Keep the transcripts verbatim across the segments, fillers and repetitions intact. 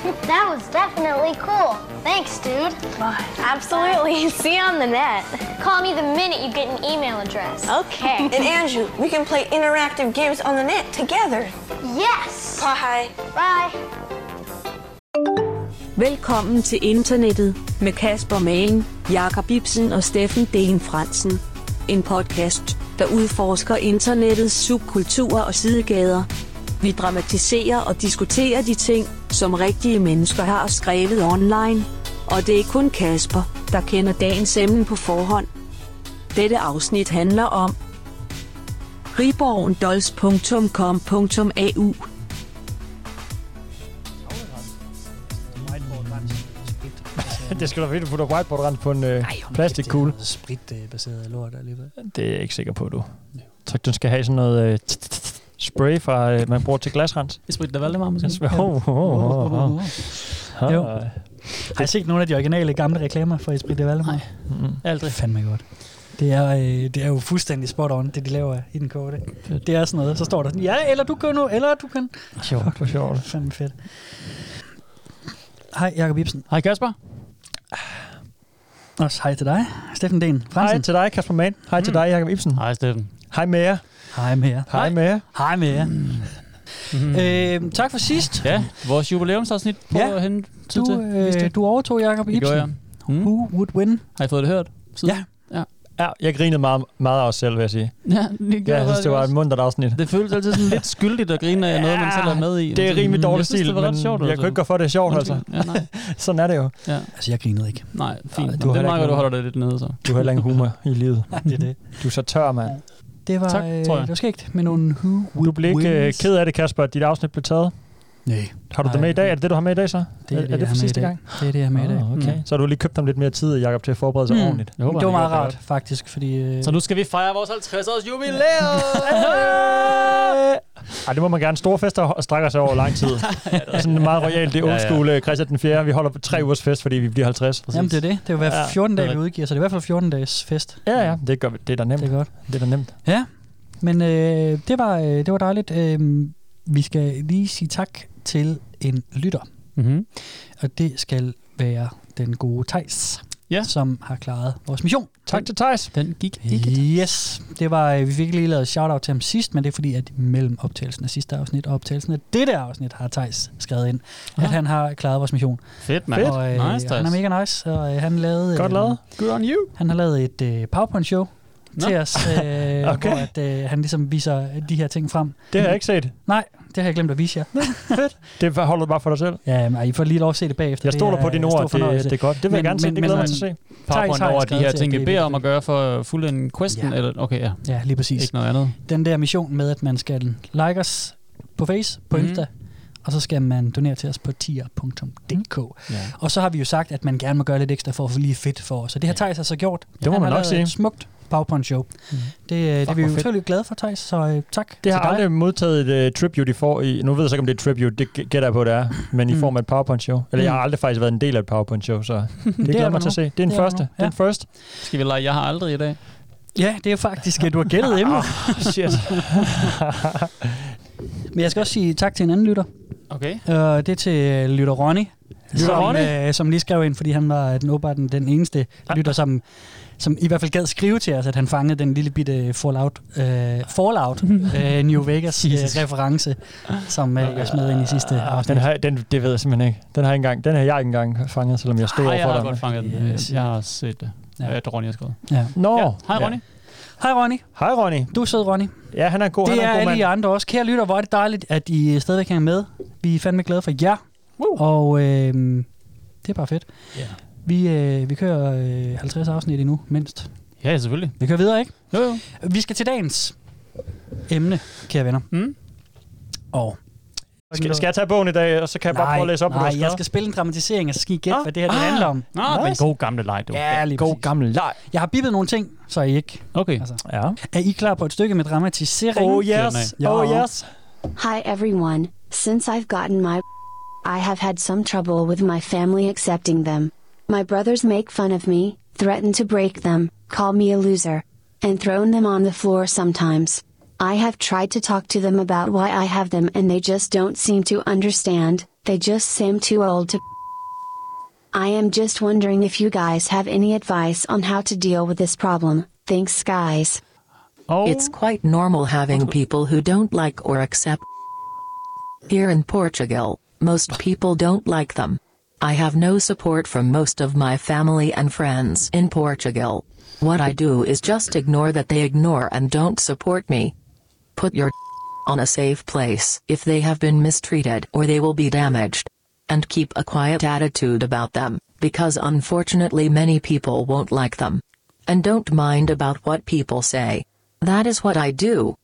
That was definitely cool. Thanks, dude. Bye. Absolutely. See you on the net. Call me the minute you get an email address. Okay. And Andrew, we can play interactive games on the net together. Yes. Bye. Bye. Velkommen til internettet med Kasper Magen, Jakob Ibsen og Steffen Dehn Fransen. En podcast, der udforsker internettets subkulturer og sidegader. Vi dramatiserer og diskuterer de ting, som rigtige mennesker har skrevet online. Og det er kun Kasper, der kender dagens emne på forhånd. Dette afsnit handler om riborgendolls punktum com punktum a u. Det skal da virkelig putte whiteboard-rens på en øh, plastikkugle. Spritbaseret lort alligevel. Det er jeg ikke sikker på, du. Jeg tror, du skal have sådan noget øh, spray, fra, øh, man bruger til glasrens. Esprit de Valdemar måske? Oh, oh, oh, oh. Jo. Har jeg set nogle af de originale gamle reklamer for Esprit de Valdemar? Nej. Mm-hmm. Aldrig. Fandme godt. Det er, øh, det er jo fuldstændig spot on, det de laver i den korte. Fedt. Det er sådan noget, så står der sådan, ja, eller du kan nu, eller du kan. Sjovt, hvor sjovt. Fandme fedt. Hej, Jakob Ibsen. Hej, Kasper. Også hej til dig, Steffen Dehn Fransen. Hej til dig, Kasper Mann. Hej mm. til dig, Jakob Ibsen. Hej, Steffen. Hej med jer. Hej med jer. Hej med jer. Hej med jer. Mm. Øh, tak for sidst. Ja, vores jubilæumsafsnit på ja. hen tid du, til. Øh, du overtog Jakob Ibsen. Det gjorde jeg. Mm. Who would win? Har I fået det hørt? Siden? Ja. Ja. Ja, jeg grinede meget, meget af os selv, vil jeg sige. Ja, det ja, jeg synes, det var et muntert afsnit. Det føles altid sådan lidt skyldigt at grine af noget, man selv er med i. Det er rimelig dårlig stil, det men sjovt, jeg altså. kunne ikke gå for, det er sjovt, altså. Ja, nej. Sådan er det jo. Ja. Altså, jeg grinede ikke. Nej, fint. Ja, du det er meget godt, du holder det lidt nede, så. Du har heller ingen humor i livet. Ja, det er det. Du er så tør, mand. Det var, tak, øh, tror jeg. Det var skægt med nogle who would Du blev ikke wins. ked af det, Kasper, at dit afsnit blev taget? Nej. Har du det med i dag? Er det det, du har med i dag, så? Det er, er det, er det for sidste gang? Det er det, jeg har med i dag. Oh, okay. Mm. Så har du lige købt dem lidt mere tid, Jakob, til at forberede sig mm. ordentligt. Det, håber, det var meget rart, det. faktisk, fordi... Øh... Så nu skal vi fejre vores halvtreds års jubilæum! Ej, det må man gerne. Store fester og strækker sig over lang tid. ja, sådan meget royalt. Det er old school ja, ja. Christian den fjerde. Vi holder tre ugers fest, fordi vi bliver halvtreds. Præcis. Jamen, det er det. Det er jo hver fjorten dage, vi udgiver, så det er i hvert fald fjorten dages fest. Ja, ja. Det, gør vi. Det er da nemt. Det er godt. Det er da nemt. Ja, men øh, det, var, øh, det var dejligt. Øh, vi skal lige sige tak til en lytter. Mm-hmm. Og det skal være den gode Theis, ja. som har klaret vores mission. Tak til Theis. Den gik ikke. Yes. Det var, vi fik lige lavet shout-out til ham sidst, men det er fordi, at mellem optagelsen af sidste afsnit og optagelsen af dette afsnit har Theis skrevet ind, Aha. at han har klaret vores mission. Fedt, mand. Og, øh, nice, han er mega nice, og øh, han lavede... Godt lavet. Good on you. Han har lavet et øh, PowerPoint-show Nå. til os, øh, okay. hvor at, øh, han ligesom viser de her ting frem. Det har jeg ikke set. Nej, det har jeg glemt at vise jer. Nå, fedt. Det holder du bare for dig selv. Ja, men I får lige lov at se det bagefter. Jeg stoler på dine ord, det, det er godt. Det vil men, jeg gerne se, det glæder mig til at se. PowerPoint over de her ting, vi beder om at gøre for at fulde en question, ja. Eller okay, ja. Ja, lige præcis. Ikke noget andet. Den der mission med, at man skal like os på Face, på mm-hmm. Insta, og så skal man donere til os på tier punktum d k. Mm. Ja. Og så har vi jo sagt, at man gerne må gøre lidt ekstra for at få lige fedt for os. Så det har Theis altså gjort. Det må man nok sige. Et smukt PowerPoint-show. Mm. Det, det er vi jo utroligt glade for, Theis, så uh, tak. Det har aldrig modtaget et uh, tribute, I får i... Nu ved jeg så ikke, om det er tribute, det gætter jeg på, det er. Men i mm. form af et PowerPoint-show. Eller mm. jeg har aldrig faktisk været en del af et PowerPoint-show, så det, det glæder mig til at se. Det er den det første. Det er den first. Skal vi lege, jeg har aldrig i dag? Ja, det er faktisk, du har gættet emnet. Oh, shit. Men jeg skal også sige tak til en anden lytter. Okay. Uh, det er til lytter Ronny. Lytter som, Ronny? Uh, som lige skrev ind, fordi han var den, åbenbart den, den eneste ah. lytter, som, som i hvert fald gad skrive til os, at han fangede den lille bitte Fallout, uh, Fallout uh, New Vegas uh, reference, som uh, jeg smed ind i sidste afsnit. Den har, den, det ved jeg simpelthen ikke. Den har, ikke engang, den har jeg ikke engang fanget, selvom jeg stod over for dig. Jeg har godt fanget den. Yes. Jeg har set det. Ja. At Ronny har skrevet. Ja. Nå. Ja. Hej Ronny. Hej Ronny. Hej Ronny. Du er sød, Ronny. Ja, han er god. Det han er, er god alle mand. I andre også. Kære lytter, hvor er det dejligt, at I stadigvæk hænger med. Vi er fandme glade for jer. Woo. Og øh, det er bare fedt. Yeah. Vi, øh, vi kører øh, halvtreds afsnit endnu, mindst. Ja, selvfølgelig. Vi kører videre, ikke? Jo, jo. Vi skal til dagens emne, kære venner. Mm. Og Skal, skal jeg tage bogen i dag, og så kan jeg nej, bare prøve at læse op, nej, hvad du jeg skrevet? skal spille en dramatisering, og så skal I gætte, ah, hvad det her det ah, handler om. Nå, nice. Men god gamle leg, du. Ja, lige god præcis. gamle leg. Jeg har bippet nogle ting, så er I ikke. Okay. Altså. Ja. Er I klar på et stykke med dramatisering? Oh yes, ja. oh yes. Hi everyone, since I've gotten my I have had some trouble with my family accepting them. My brothers make fun of me, threaten to break them, call me a loser, and thrown them on the floor sometimes. I have tried to talk to them about why I have them and they just don't seem to understand, They just seem too old to. I am just wondering if you guys have any advice on how to deal with this problem. Thanks, guys. Oh. It's quite normal having people who don't like or accept. Here in Portugal, most people don't like them. I have no support from most of my family and friends in Portugal. What I do is just ignore that they ignore and don't support me. Put your on a safe place if they have been mistreated or they will be damaged. And keep a quiet attitude about them, because unfortunately many people won't like them. And don't mind about what people say. That is what I do.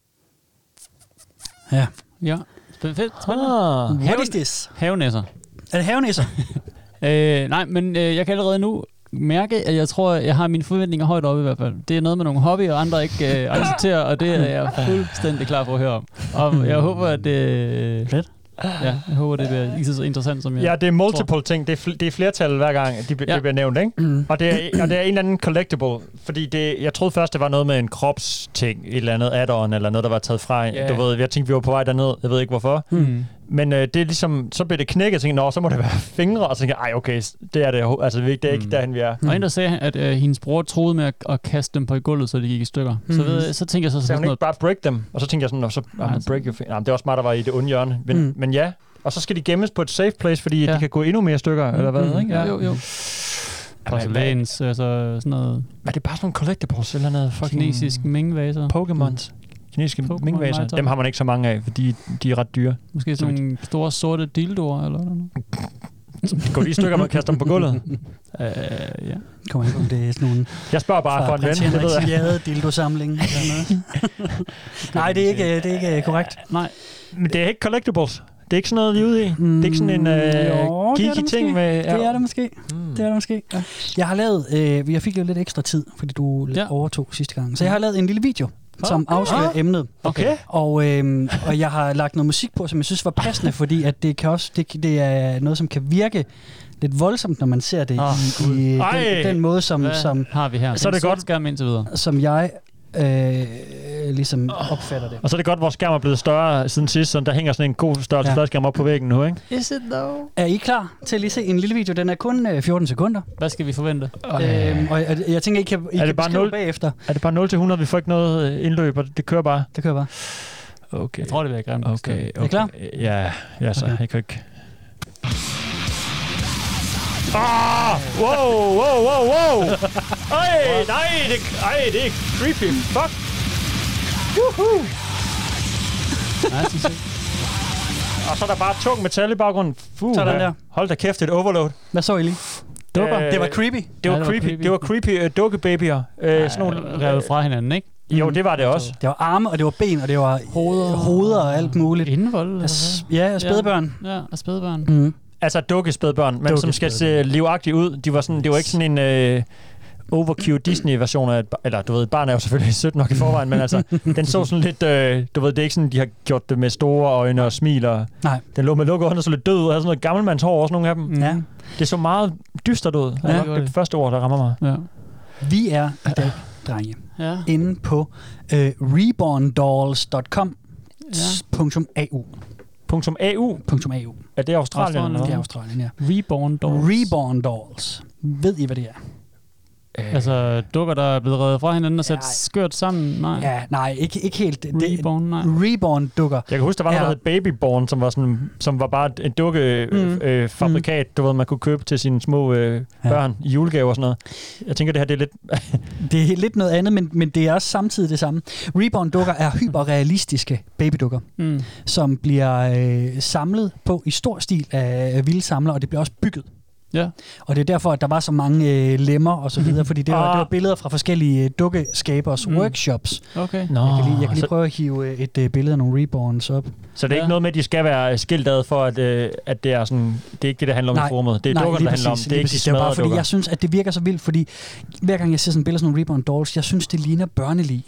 Ja. Ja. Fedt. Ah. What is this? Havenæsser. Er det havenæsser? øh, nej, men øh, jeg kan allerede nu mærke, at jeg tror, jeg har mine forventninger højt oppe i hvert fald. Det er noget med nogle hobbyer, og andre ikke øh, accepterer, og det er jeg fuldstændig klar for at høre om. Og jeg håber, at det... Øh, Fedt. Ja, jeg håber, det bliver ikke så interessant, som jeg Ja, det er multiple tror. ting. Det er, fl- det er flertal hver gang, de, ja. det bliver nævnt, ikke? Mm. Og, det er, og det er en eller anden collectible, fordi det, jeg troede først, det var noget med en kropsting, et eller andet add-on, eller noget, der var taget fra. Yeah. Du ved, jeg tænkte, vi var på vej derned. Jeg ved ikke, hvorfor. Mm. Men øh, det er ligesom, så bliver det knækket, og tænkte, nå, så må det være fingre, og så tænkte jeg, ej, okay, det er det, altså, det er ikke mm. derhen, vi er. Og en, der sagde, at øh, hendes bror troede med at, at kaste dem på gulvet, så de gik i stykker. Mm. Så, ved, så tænker jeg så... Så sådan hun ikke noget... bare break dem, og så tænker jeg sådan, og så Nej, ah, break your finger. Nej, det var også mig, der var i det onde hjørne. Men, Mm. men ja, og så skal de gemmes på et safe place, fordi Ja. de kan gå endnu mere stykker, mm. eller hvad, Mm. ikke? Ja, jo, jo. Porcelæns, altså sådan noget... Er det bare sådan nogle collectibles, eller noget fucking... Kinesisk mingvaser. Pokémons. Kinesiske Pokémon mingvaser. Lighter. Dem har man ikke så mange af, fordi de er ret dyre. Måske sådan nogle store sorte dildoer, eller noget. De går lige i stykker, man kaster dem på gulvet. Uh, ja. Kommer ikke, om det er sådan nogle... Jeg spørger bare for en ven, det ved jeg. Fra dildo-samling. Nej, det er ikke, det er ikke korrekt. Nej. Men det er ikke collectibles. Det er ikke sådan noget lige ude i. Mm, det er ikke sådan en øh, jo, geeky ting med... Ja. Det er det måske. Mm. Det er det måske. Ja. Jeg har lavet... Øh, jeg fik jo lidt ekstra tid, fordi du ja. overtog sidste gang. Så jeg har lavet en lille video, som okay. afslører ah. emnet. Okay. Og, øh, og jeg har lagt noget musik på, som jeg synes var passende, fordi at det kan også det, det er noget, som kan virke lidt voldsomt, når man ser det oh, i, i den, den måde, som, som har vi her. Så er det godt skærm indtil videre. Som jeg øh, ligesom opfatter det. Og så er det godt, at vores skærm er blevet større siden sidst, så der hænger sådan en god størrelse ja. fladskærm op på væggen nu, ikke? Is it though? Er I klar til at lige se en lille video? Den er kun øh, fjorten sekunder. Hvad skal vi forvente? Okay. Øhm, og jeg, jeg tænker, I kan, I er kan det bare nul bagefter. Er det bare nul til hundrede? Vi får ikke noget indløb, og det kører bare? Det kører bare. Okay. Jeg tror, det bliver grimt. Okay, okay. Er I klar? Ja, ja så. Okay. Jeg kan ikke... Ah! Wow, wow, wow, wow! Ej, nej, det, ej, det er creepy. Fuck! Woohoo! Og så er der bare tung metal i baggrunden. Fuh, sådan der. Hold da kæft, et overload. Hvad så I lige? Dukker. Øh, det var creepy. Det var, ja, det creepy. var creepy. Det var creepy uh, dukkebabyer. Uh, sådan nogle revet fra hinanden, ikke? Jo, det var det også. Det var arme, og det var ben, og det var hoveder, hoveder og alt muligt. Indvold? Ja, og spædbørn. Ja, og spædbørn. Mm. Altså dukkespædbørn, men som skal se livagtigt ud. De var sådan, det var ikke sådan en uh, overcute Disney-version af et, eller du ved, et barn er jo selvfølgelig sødt nok i forvejen, men altså, den så sådan lidt, uh, du ved, det er ikke sådan, de har gjort det med store øjne og smiler. Nej. Den lå med lukkede øjne og så lidt død ud, og havde sådan noget gammelmandshår også, nogle af dem. Mm. Ja. Det så meget dystert ud. Ja, det er det første ord, der rammer mig. Ja. Vi er i dag, drenge, ja. inde på uh, reborn dolls punktum com punktum a u. Punktum A U? Punktum A U. Er det Australien? Australien det er Australien, ja. Reborn Dolls. Reborn Dolls. Ved I, hvad det er? Øh. Altså dukker, der er blevet reddet fra hinanden og sat ja. skørt sammen? Nej. Ja, nej, ikke, ikke helt. Reborn, nej. Reborn dukker. Jeg kan huske, der var noget, der hed Babyborn, som var, sådan, som var bare et dukkefabrikat, mm. øh, fabrikat, mm. du ved, man kunne købe til sine små øh, børn ja. i julegave og sådan noget. Jeg tænker, det her det er lidt... det er lidt noget andet, men, men det er også samtidig det samme. Reborn-dukker er hyperrealistiske babydukker, mm. som bliver øh, samlet på i stor stil af vilde samlere, og det bliver også bygget. Ja. Og det er derfor, at der var så mange øh, lemmer og så videre, fordi det var, ah. det var billeder fra forskellige øh, dukkeskabers mm. workshops. Okay. Nå, jeg kan lige, jeg kan lige så... prøve at hive et øh, billede af nogle Reborns op. Så det er ja. ikke noget med, at de skal være skiltet for, at, øh, at det er sådan... Det er ikke det, der handler om nej, i formet. Det er dukker, der handler om. Det er ikke de smadrede dukker. Fordi dukker. jeg synes, at det virker så vildt, fordi hver gang jeg ser sådan et billede af sådan nogle Reborn Dolls, jeg synes, det ligner børnelig.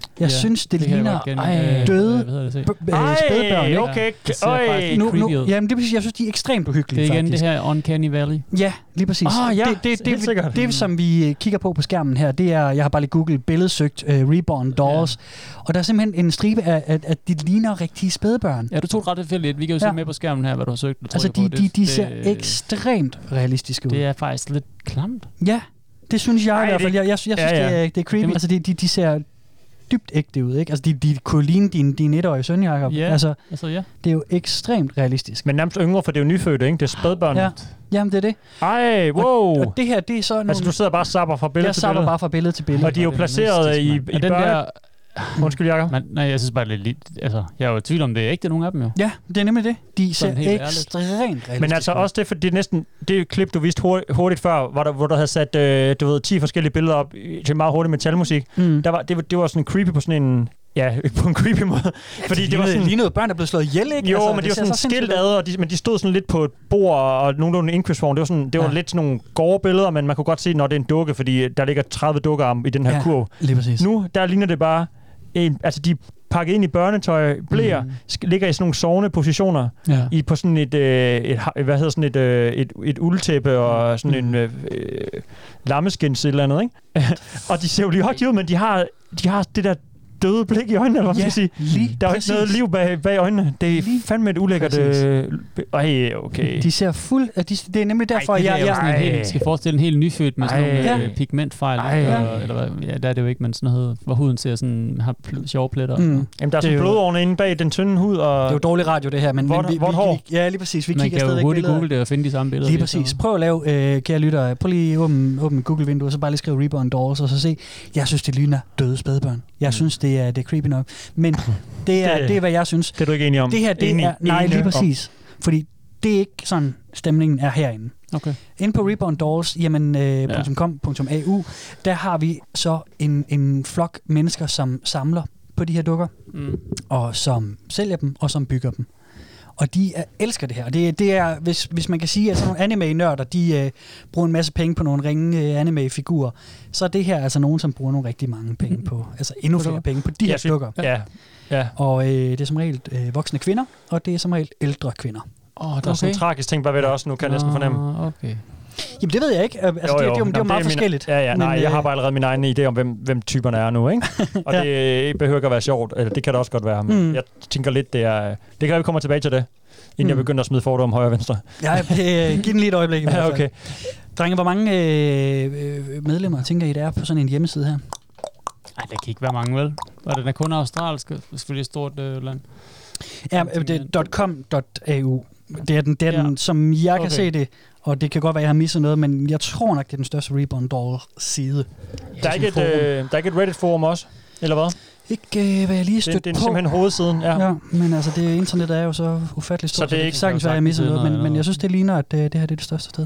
Jeg Ja, synes, det, det kan jeg ligner godt kende. ej, Øh, døde hvad hedder det, se? b- b- Ej, spædbørn. ikke? okay. Det ser Øj. faktisk Nu, creepy nu, ud. jamen, det vil sige, jeg synes, de er ekstremt Det uhyggelige, er igen faktisk. det her Uncanny Valley. Ja, lige præcis. Ah, ja, det, det, helt det, sikkert. det, det, som vi øh, kigger på på skærmen her, det er, jeg har bare lige googlet billedsøgt uh, Reborn Dolls, ja. og der er simpelthen en stribe af, at, at de ligner rigtige spædbørn. Ja, du tog det ret tilfældigt. Vi kan jo Ja. se med på skærmen her, hvad du har søgt. Altså, de, de, de ser ekstremt realistiske ud. Det er faktisk lidt klamt. Ja, det synes jeg Ej, i hvert fald. det- Jeg, jeg, jeg synes, ja, ja. Det, er, det er creepy. Det må- Altså, de, de, de ser dybt ægte ud, ikke? Altså, de, de kunne ligne din, din etårige søn, Jacob. Ja, Altså, altså ja. det er jo ekstremt realistisk. Men nærmest yngre, for det er jo nyfødte, ikke? Det er spædbørn. Ja, jamen det er det. Ej, wow. Og, og det her, det er så nogle... Altså, du sidder bare og zapper fra billede jeg til sapper billede. bare fra billede til billede. Og de er jo Det er placeret mystisk, i, mand. i Er den børne... der... Undskyld, Jacob. Man, nej, jeg synes bare, det er lidt... Altså, jeg er jo i tvivl om, det er ægte nogle af dem jo. Ja, det er nemlig det. De Sådan ser helt ærligt. ekstremt realistiske Men altså ud. også det, for det er næsten det klip, du viste hurtigt, hurtigt før, hvor der, hvor der havde sat øh, du ved, ti forskellige billeder op i- til meget hurtig metalmusik. Mm. Der var, det, var, det var sådan creepy på sådan en... Ja, på en creepy måde. Ja, Fordi det, det var sådan... lige noget børn, der blev slået ihjel, ikke? Jo, altså, men det var ser sådan så skilt sindssygt ad, ud. og de, men de stod sådan lidt på et bord og nogenlunde indkøbsform. Det var, sådan, det var Ja. lidt sådan nogle gårde billeder, men man kunne godt se, når det er en dukke, fordi der ligger tredive dukkearme i den her Ja, kurv. lige præcis. Nu, der ligner det bare... En, altså, de er pakket ind i børnetøj, blæer, mm. ligger i sådan nogle sovende positioner, Ja. i på sådan et, øh, et ha- hvad hedder sådan et, øh, et, et uldtæppe og sådan Mm. en øh, øh, lammeskins eller andet, ikke? Og de ser jo lige hockey ud, men de har, de har det der døde blik i øjnene, eller hvad man Ja, skal sige. lige Der er jo ikke præcis. noget liv bag, bag øjnene. Det er Lige fandme et ulækkert... præcis. Øh, ej, okay. De ser fuld... De, det er nemlig derfor, Ej, det jeg... er jo jeg sådan en Ej. helt, skal forestille en helt nyfødt med sådan nogle Ej. øh, pigmentfejl. Ej. Eller, eller hvad, ja, der er det jo ikke, men sådan noget, hvor huden ser sådan, har pl- sjove pletter. mm, Jamen, der er Det er sådan jo- blodårene inde bag den tynde hud, og... det er jo dårlig radio, det her, men, Vort- men vi, vort vi, hår. vi, ja, lige præcis. Vi Man kigger kan jo stadigvæk hurtigt billeder. google det og finde de samme billeder. Lige så- præcis. Prøv at lave, øh, kære lytter, prøv lige at åbne, åbne Google-vinduet, og så bare lige skrive Reborn Dolls, og så se, jeg synes, det ligner døde spædbørn. Jeg synes, det er, det er creepy nok. Men det er, Det- det er, hvad jeg synes. Det er du ikke enig om? Det her, det Enig- er... Nej, enig lige om. præcis. Fordi det er ikke sådan, stemningen er herinde. Okay. Inde på Reborn Dolls, jamen, øh, Ja. .com, .au, der har vi så en, en flok mennesker, som samler på de her dukker, Mm. og som sælger dem, og som bygger dem. Og de er, elsker det her. Det, det er, hvis, hvis man kan sige, at sådan nogle anime-nørder, de øh, bruger en masse penge på nogle ringe øh, anime-figurer, så er det her altså nogen, som bruger nogle rigtig mange penge på, altså endnu flere penge på de her Ja, dukker. Ja, ja. Og øh, det er som regel øh, voksne kvinder, og det er som regel ældre kvinder. Åh, oh, Der er sådan en tragisk ting bare ved det også, nu kan jeg næsten fornemme. Okay. Jamen det ved jeg ikke. Øh, Altså, Jo, det, jo. det, det, er jo- det er jo Nå, meget min- forskelligt. Ja, ja, nej, Men, jeg har øh, bare allerede min egen idé om, hvem, hvem typerne er nu, ikke? Og Ja. det behøver ikke at være sjovt, eller det kan det også godt være, men Mm. jeg tænker lidt, det er... Det kan være, vi kommer tilbage til det, inden Mm. jeg begynder at smide fordomme højre og venstre. Ja, øh, giv den lige et øjeblik. i hvert Ja, fald. okay. Drenge, hvor mange øh, øh, medlemmer tænker I, der er på sådan en hjemmeside her? Ej, der kan ikke være mange, vel? Og den er kun australsk, det er selvfølgelig et stort øh, land. Ja, øh, det er .com .a u. Det er den, det er Ja. den som jeg kan Okay. se det, og det kan godt være, jeg har misset noget, men jeg tror nok, det er den største Reborn Doll side. Der er, ikke et, øh, der er ikke et Reddit-forum også, eller hvad? Ikke øh, hvad jeg lige Det, stødt det er på. simpelthen hovedsiden, ja. Ja, men altså, det internet er jo så ufatteligt stort, Så det er så ikke- sagtens være, jeg har misset det er noget, men, noget men jeg andet. synes, det ligner, at øh, det her det er det største sted.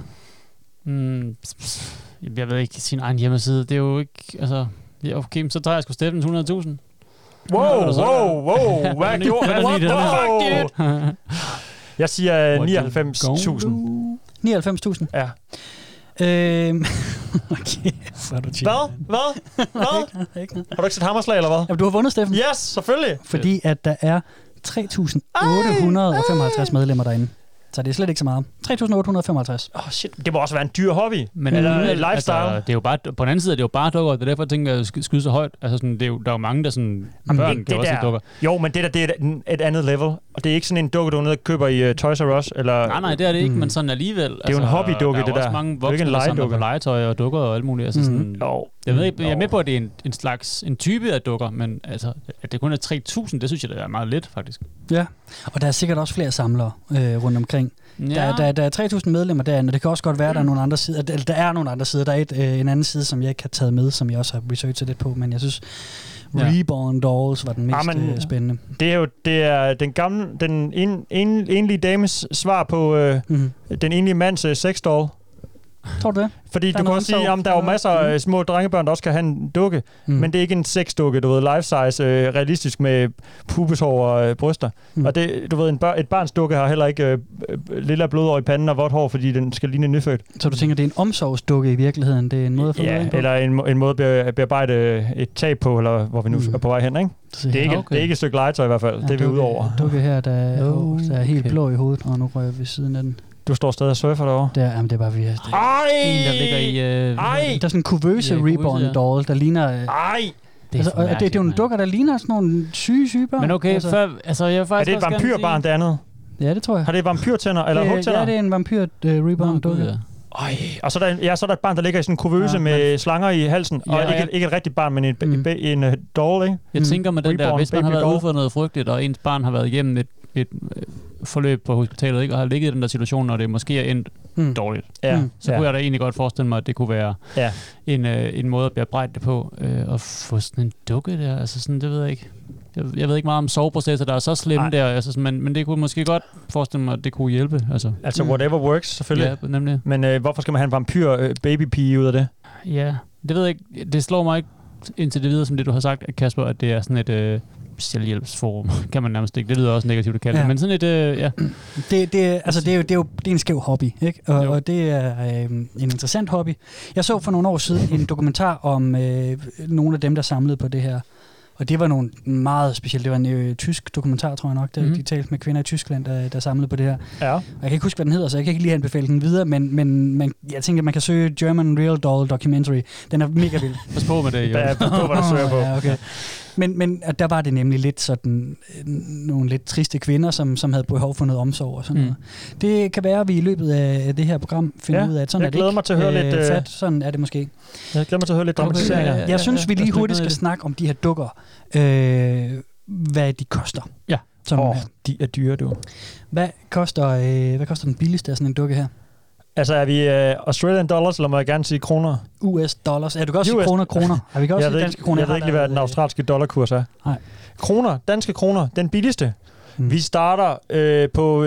Mm, jeg ved ikke, sin egen hjemmeside, det er jo ikke, altså... Ja, okay, men så tager jeg sgu Steffens hundrede tusind. Wow, wow, wow. Hvad gjorde Hvad er What lige the den fuck, dude? Jeg siger What nioghalvfems tusind. nioghalvfems tusind. Ja. Øhm, okay, hvor er du chill. Hvad? Hvad? Hvad? Ikke noget. Har du ikke set hammerslag, eller hvad? Jamen, du har vundet, Steffen. Yes, selvfølgelig. Fordi at der er tre tusind otte hundrede femoghalvtreds medlemmer derinde. Så det er slet ikke så meget. tre tusind otte hundrede femoghalvtreds. Åh, oh, shit. Det må også være en dyr hobby. Men Eller alligevel, et lifestyle. Altså, det er jo bare, på den anden side er det jo bare dukker, det er derfor, jeg tænker, at jeg skal skyde så højt. Altså, sådan, det er jo, der er jo mange, der sådan... Jamen, børn det, kan det også der, se dukker. Jo, men det der, det er et, et andet level. Og det er ikke sådan en dukke, du er nede og køber i uh, Toys R Us, eller... Nej, nej, det er det ikke, men sådan alligevel. Det er jo en hobbydukke, det Der er jo der. også mange Det er jo ikke voksne, en der samler legedukke. på legetøj og dukker og alt muligt. Altså, sådan, Mhm. Jo. jeg, ved ikke, jeg er Jo. med på, at det er en, en slags en type af dukker, men altså, at det kun er tre tusind, det synes jeg, det er meget lidt, faktisk. Ja, og der er sikkert også flere samlere øh, rundt omkring. Ja. Der, der, der er tre tusind medlemmer derinde, og det kan også godt være, at der er nogle andre sider. Eller der er nogle andre sider. Der er et, øh, en anden side, som jeg ikke har taget med, som jeg også har researchet lidt på, men jeg synes, Ja. Reborn Dolls var den mest Ah, men- øh, spændende. Det er jo det er den gamle, den en, en, enlige dames svar på øh, Mhm. den enlige mands øh, sexdoll. Tror du det? Fordi Der du er kan noget også sige, omsorg. at der er jo masser af Mm. små drengebørn, der også kan have en dukke, Mm. men det er ikke en sexdukke, du ved, life-size, øh, realistisk med pubeshår og øh, bryster. Mm. Og det, du ved, en bør, et barns dukke har heller ikke øh, øh, lille blodår i panden og vådt hår, fordi den skal ligne en nyfødt. Så du tænker, det er en omsorgsdukke i virkeligheden? Det er en måde at få Ja, noget på? eller en, en måde at be- bearbejde et tag på, eller hvor vi nu Mm. er på vej hen, ikke? Se Det er her. ikke, Okay. det er ikke et stykke legetøj i hvert fald. Ja, det er vi dukke- ude over. Dukke her, der, er- Oh, der er helt okay. blå i hovedet, og nu rører jeg ved siden af den. Du står stadig og surfer derovre. Der, jamen, det er bare vi. Det. Ej! En, der ligger i... Øh, Ej! Der er sådan en kuvøse Ja, ja, reborn kuvøse, ja. doll, der ligner... øh, Ej! Det altså, for og det, det er jo nogle mærkeligt, dukker, der ligner sådan nogle syge, syge børn. Men okay, altså, før, altså jeg vil Er faktisk det et også gerne vampyrbarn, det andet? Ja, det tror jeg. Har det vampyrtænder eller det, hugtænder? Ja, det er en vampyr uh, reborn Nå, dukke. gud, ja. Øj, og så er, der, ja, så er der et barn, der ligger i sådan en kuvøse Ja, med slanger i halsen. Og Ja, ikke, ja. et, ikke et rigtigt barn, men en, Mm. mm. en, en doll, ikke? Jeg Mm. tænker med den der, Reborn hvis man har baby været doll. ude for noget frygteligt, og ens barn har været igennem et, et øh, forløb på hospitalet, ikke, og har ligget i den der situation, og det måske er endt Mm. dårligt, Ja. Mm. så ja. kunne jeg da egentlig godt forestille mig, at det kunne være Ja. en, øh, en måde at bearbejde det på, øh, at få sådan en dukke der, altså sådan, det ved jeg ikke. Jeg, jeg ved ikke meget om soveprocesser, der er så slemme Nej. der, altså, sådan, men, men det kunne måske godt forestille mig, at det kunne hjælpe. Altså, Altså, Mm. whatever works, selvfølgelig. ja, nemlig. Men øh, hvorfor skal man have en vampyr øh, babypige ud af det? Ja, det ved jeg ikke. Det slår mig ikke indtil det videre, som det du har sagt, Kasper, at det er sådan et øh, selvhjælpsforum, kan man nærmest ikke. Det lyder også negativt at kalde Ja. det, men sådan et, øh, ja. Det, det, altså, det, er jo, det, er jo, det er en skæv hobby, ikke? Og, Jo. og det er øh, en interessant hobby. Jeg så for nogle år siden en dokumentar om øh, nogle af dem, der samlede på det her. Og det var nogle meget specielt. Det var en øh, tysk dokumentar, tror jeg nok, der Mhm. mm. de talte med kvinder i Tyskland, der, der samlede på det her. Ja. Og jeg kan ikke huske, hvad den hedder, så jeg kan ikke lige anbefale den videre, men, men man, jeg tænker, man kan søge German Real Doll Documentary. Den er mega vild. Pas på med det, jo. Pas på, hvad du søger på. Ja, okay. Men, men at der var det nemlig lidt sådan, øh, nogle lidt triste kvinder, som, som havde behov for noget omsorg og sådan Mm. noget. Det kan være, at vi i løbet af det her program finder Ja, ud af, at sådan jeg er det glæder ikke. mig til at høre lidt, øh, Fat, sådan er det måske. Jeg glæder mig til at høre lidt dramatisering. Okay, Ja. ja. Jeg synes, vi lige lad os hurtigt dykke ned skal i det. snakke om de her dukker. Øh, hvad de koster. Ja. Som, Åh, de er dyre, du. hvad, koster, øh, hvad koster den billigste af sådan en dukke her? Altså, er vi øh, Australian dollars, eller må jeg gerne sige kroner? U S dollars. Ja, du kan også U S sige kroner, kroner. Har vi kan også Jeg sige ved danske ikke, kroner? jeg ved ikke lige, hvad den australske dollarkurs er. Nej. Kroner, danske kroner, den billigste. Mm. Mm. Vi starter øh, på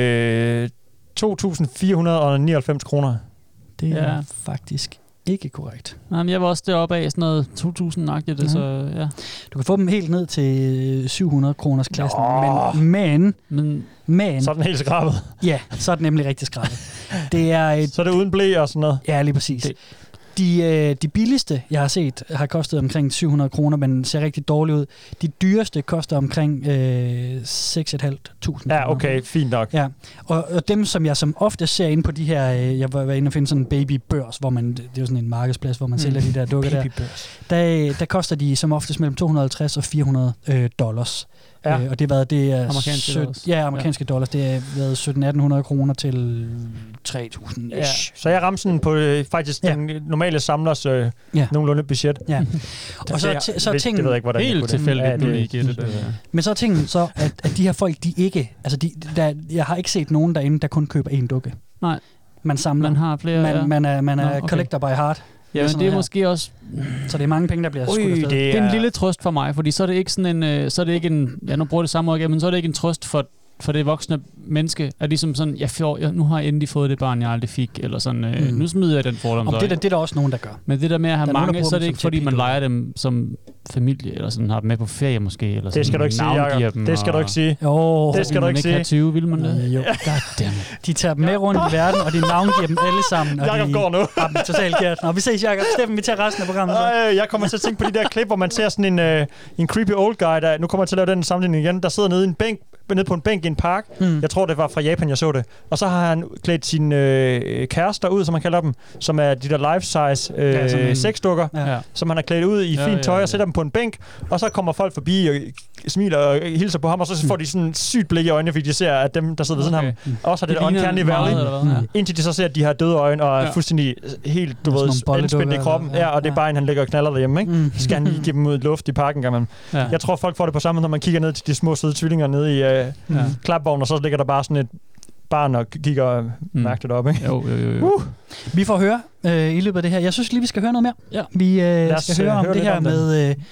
øh, to tusind fire hundrede og nioghalvfems kroner. Det er Ja. faktisk ikke korrekt. Nej, men jeg var også deroppe af sådan noget to tusind-agtigt, Mhm. så ja. Du kan få dem helt ned til syv hundrede kroners klassen, Nå. men, men, Men men, Så er den helt skrabet. ja, så er den nemlig rigtig skrabet. Det er et, Så er det uden blæ og sådan noget. ja, lige præcis. Det- De, øh, de billigste, jeg har set, har kostet omkring syv hundrede kroner, men ser rigtig dårligt ud. De dyreste koster omkring øh, seks tusind fem hundrede. Ja, okay, fint nok. Ja, og, og dem, som jeg som ofte ser inde på de her, øh, jeg var var inde og finde sådan en babybørs, hvor man, det er jo sådan en markedsplads, hvor man mm. sælger de der dukker der. der. Der koster de som oftest mellem to hundrede og halvtreds og fire hundrede øh, dollars. Ja. Øh, og det var det er Amerikanske sytten dollars. Ja, amerikanske ja. dollars. Det er været sytten atten hundrede kroner til tre tusind. Ja. Så jeg ramte sådan på øh, faktisk Ja. den normale samlers øh, Ja. nogenlunde budget. Ja. Det, Og så, jeg, t- så det, ting, det ved jeg ikke, hvordan jeg helt kunne det. tilfældigt, Ja, nu det- lige gætte det. Ja. men så er tingen så, at, at de her folk, de ikke, altså de, der, jeg har ikke set nogen derinde, der kun køber én dukke. Nej. Man samler. Man har flere, man, ja. man er, man er Nå, okay. collector by heart. Ja, men sådan det er noget måske også... Så det er mange penge, der bliver skudt Ui, afsted. det Det er en er- lille trøst for mig, fordi så er det ikke sådan en... øh, Så er det ikke en... Ja, nu bruger jeg det samme ord igen, men så er det ikke en trøst for for det voksne menneske, er ligesom sådan, jeg får, jeg, nu har jeg endelig fået det barn, jeg aldrig fik, eller sådan, øh, Mm. nu smider jeg den fordom. Om så, det, der, ikke? det er der også nogen, der gør. Men det der med at have Der er nogen, der mange, bruger så er dem det som ikke, fordi man terapidukker. leger dem som familie, eller sådan har dem med på ferie måske, eller sådan. Det skal du ikke sige, navngiver Jacob. dem, Det skal du og- ikke sige. Jo, Det skal du man ikke ikke have sige. tyve, vil man det? Øh, jo. Goddammit. De tager dem med rundt i verden, og de navngiver dem alle sammen. Og Jacob de går nu. har dem totalt gært. Nå, vi ses, Jacob. Steffen, vi tager resten af programmet. Så. Øh, jeg kommer til at tænke på de der klip, hvor man ser sådan en, øh, en creepy old guy, der, nu kommer jeg til at lave den sammenligning igen, der sidder nede i en bænk, nede på en bænk i en park. Mm. Jeg tror, det var fra Japan, jeg så det. Og så har han klædt sine øh, kærester ud, som man kalder dem, som er de der life-size øh, Ja, sådan en- sexdukker, Ja. Ja. som han har klædt ud i Ja, fint ja, tøj ja. og sætter dem på en bænk, og så kommer folk forbi og smiler og hilser på ham, og så får de sådan sygt blik i øjnene, fordi de ser, at dem, der sidder ved siden af Okay. ham, også har det, Det der ligner uncanny meget, valley. eller hvad? Ja. Indtil de så ser, at de har døde øjne og er Ja. fuldstændig helt, du Sådan ved, nogle bolledukker, anspændt i kroppen. eller- Ja, og det er ja. bare en, han ligger og knaller derhjemme, ikke? Mm. Så skal han lige give dem ud i luft i parken, gang man. Ja. Jeg tror, folk får det på samme, når man kigger ned til de små søde tvillinger nede i øh, Ja. klapvognen, og så ligger der bare sådan et barn og kigger Mm. mærkeligt op, ikke? Jo, jo, jo. jo. Uh. Vi får høre øh, i løbet af det her. Jeg synes lige, vi skal høre noget mere. Ja. Vi øh, os, skal øh, høre om høre det lidt her om den. med... Øh,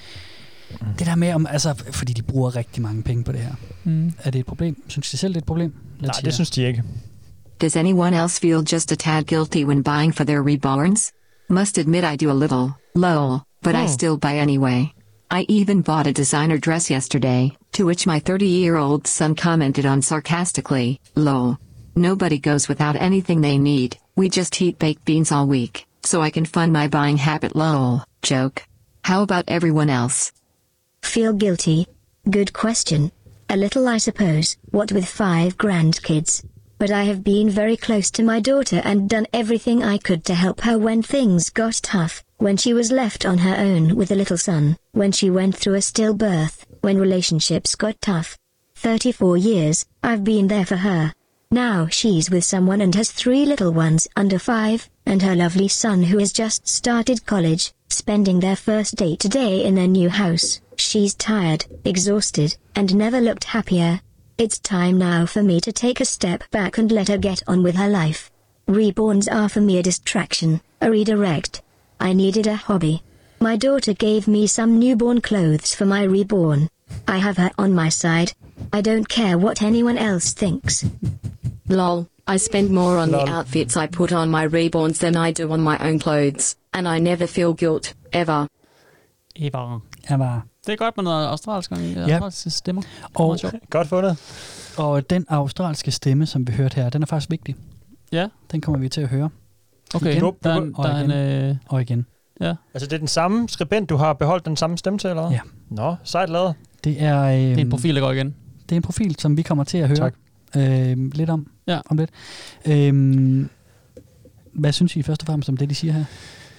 det der med, om, altså, fordi de bruger rigtig mange penge på det her. Mm. Er det et problem? Synes de selv, det er et problem? Let's Nej, hear. det synes de ikke. Does anyone else feel just a tad guilty when buying for their reborns? Must admit I do a little, lol, but I Oh. still buy anyway. I even bought a designer dress yesterday, to which my thirty-year-old son commented on sarcastically, lol. Nobody goes without anything they need, we just eat baked beans all week, so I can fund my buying habit lol, joke. How about everyone else? Feel guilty? Good question. A little, I suppose, what with five grandkids. But I have been very close to my daughter and done everything I could to help her when things got tough, when she was left on her own with a little son, when she went through a stillbirth, when relationships got tough. thirty-four years, I've been there for her. Now she's with someone and has three little ones under five, and her lovely son who has just started college, spending their first day today in their new house. She's tired, exhausted, and never looked happier. It's time now for me to take a step back and let her get on with her life. Reborns are for me a distraction, a redirect. I needed a hobby. My daughter gave me some newborn clothes for my reborn. I have her on my side. I don't care what anyone else thinks. Lol, I spend more on Lol. the outfits I put on my reborns than I do on my own clothes, and I never feel guilt, ever. Ever. Ever. Det er godt med noget australsk, australske stemmer. Og, godt fundet. Og den australske stemme, som vi hørte her, den er faktisk vigtig. Ja. Den kommer vi til at høre. Okay, Igen, der er en- og der er igen, en, øh, og igen. Ja. Altså, det er den samme skribent, du har beholdt den samme stemme til, eller hvad? Ja. Nå, sejt lavet. Det er, øhm, Det er en profil, der går igen. Det er en profil, som vi kommer til at høre Tak. øhm, lidt om. Ja. om lidt. Øhm, hvad synes I først og fremmest om det, de siger her?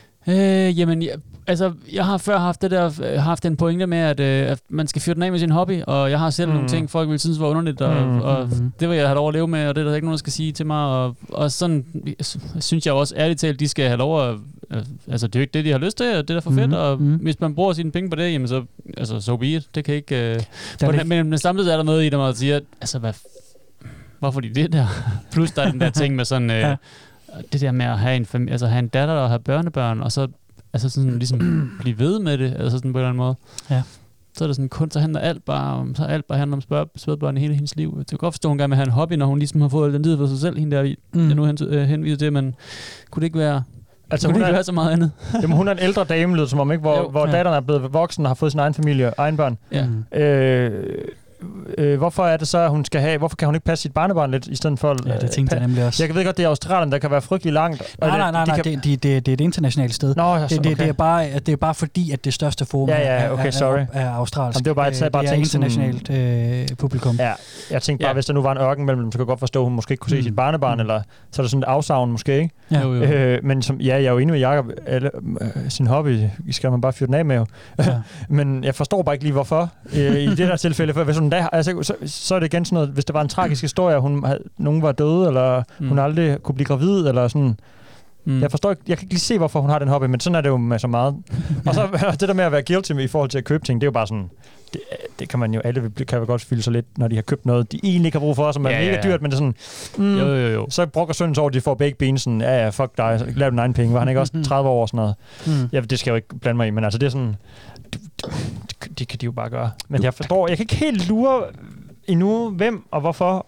Øh, jamen, jeg, altså, jeg har før haft det der, øh, haft en pointe med, at, øh, at man skal fyre den af med sin hobby, og jeg har selv mm. nogle ting, folk vil synes var underligt, og, Mm. og Mm. det vil jeg have lov at leve med, og det er der ikke nogen, der skal sige til mig, og, og sådan synes jeg også ærligt talt, de skal have lov at, øh, altså det er jo ikke det, de har lyst til, og det er da for fedt, Mhm, og mhm. hvis man bruger sine penge på det, jamen så, altså, so be it, det kan ikke, øh, er men, lidt- men, men samtidig er der noget i dem, der siger, altså hvad, hvorfor de det der? Plus der er den der ting med sådan, øh, Ja. det der med at have en, fami- altså have en datter og have børnebørn, og så altså sådan ligesom blive ved med det, altså sådan på en eller anden måde. Ja. Så er det sådan kun, så handler alt bare om, så er alt bare handler om spørg, spædbørn i hele hendes liv. Jeg kan godt forstå, at hun gerne vil have en hobby, når hun ligesom har fået den tid for sig selv, hende der, Mm. mm. jeg nu hen, øh, henviser til, men kunne det ikke være, Altså, kunne hun det ikke er- være så meget andet? Jamen, hun er en ældre dame, lyder som om, ikke? Hvor, Jo. hvor Ja. datteren er blevet voksen og har fået sin egen familie, egen børn. Ja. Øh, øh, hvorfor er det så, at hun skal have... Hvorfor kan hun ikke passe sit barnebarn lidt, i stedet for... Ja, det tænkte jeg nemlig også. Jeg ved godt, det er Australien, der kan være frygtelig langt. og Nej, nej, nej, de nej kan- det, det, det, det er et internationalt sted. Nå, ja, det, sådan, det, okay. det, er bare, det er bare fordi, at det største forum Ja, ja, er, okay, er, sorry. er, er australsk. Jamen, det var bare- jeg sad Øh, bare det er tænkte sådan- internationalt øh, publikum. Ja, jeg tænkte bare, Ja. hvis der nu var en ørken mellem dem, så kunne jeg godt forstå, at hun måske ikke kunne se Mm. sit barnebarn, eller så er der sådan et afsavn måske, ikke? Ja. Jo, jo. Øh, men som, ja, jeg er jo enig med Jacob. Alle, øh, sin hobby skal man bare fyre den af med, jo. Ja. Men jeg forstår bare ikke lige, hvorfor øh, i det der tilfælde. For hvis hun da, altså, så, så er det igen sådan noget, hvis det var en tragisk historie, hun havde, nogen var døde, eller mm. hun aldrig kunne blive gravid, eller sådan. Mm. Jeg forstår ikke, jeg kan ikke lige se, hvorfor hun har den hobby, men sådan er det jo med så meget. Og så det der med at være guilty i forhold til at købe ting, det er jo bare sådan, det, det kan man jo, alle kan jo godt føle sig lidt, når de har købt noget, de egentlig ikke har brug for, som er Ja, ja, mega ja. dyrt, men det er sådan, mm, Jo, jo, jo. så brokker sønnen over, at de får baked beans, sådan, ja, ja, fuck dig, så lav din egen penge, var han ikke også tredive år og sådan noget? Mm. Ja, det skal jeg jo ikke blande mig i, men altså det er sådan, det, det, det kan de jo bare gøre. Men jeg forstår, jeg kan ikke helt lure endnu, hvem og hvorfor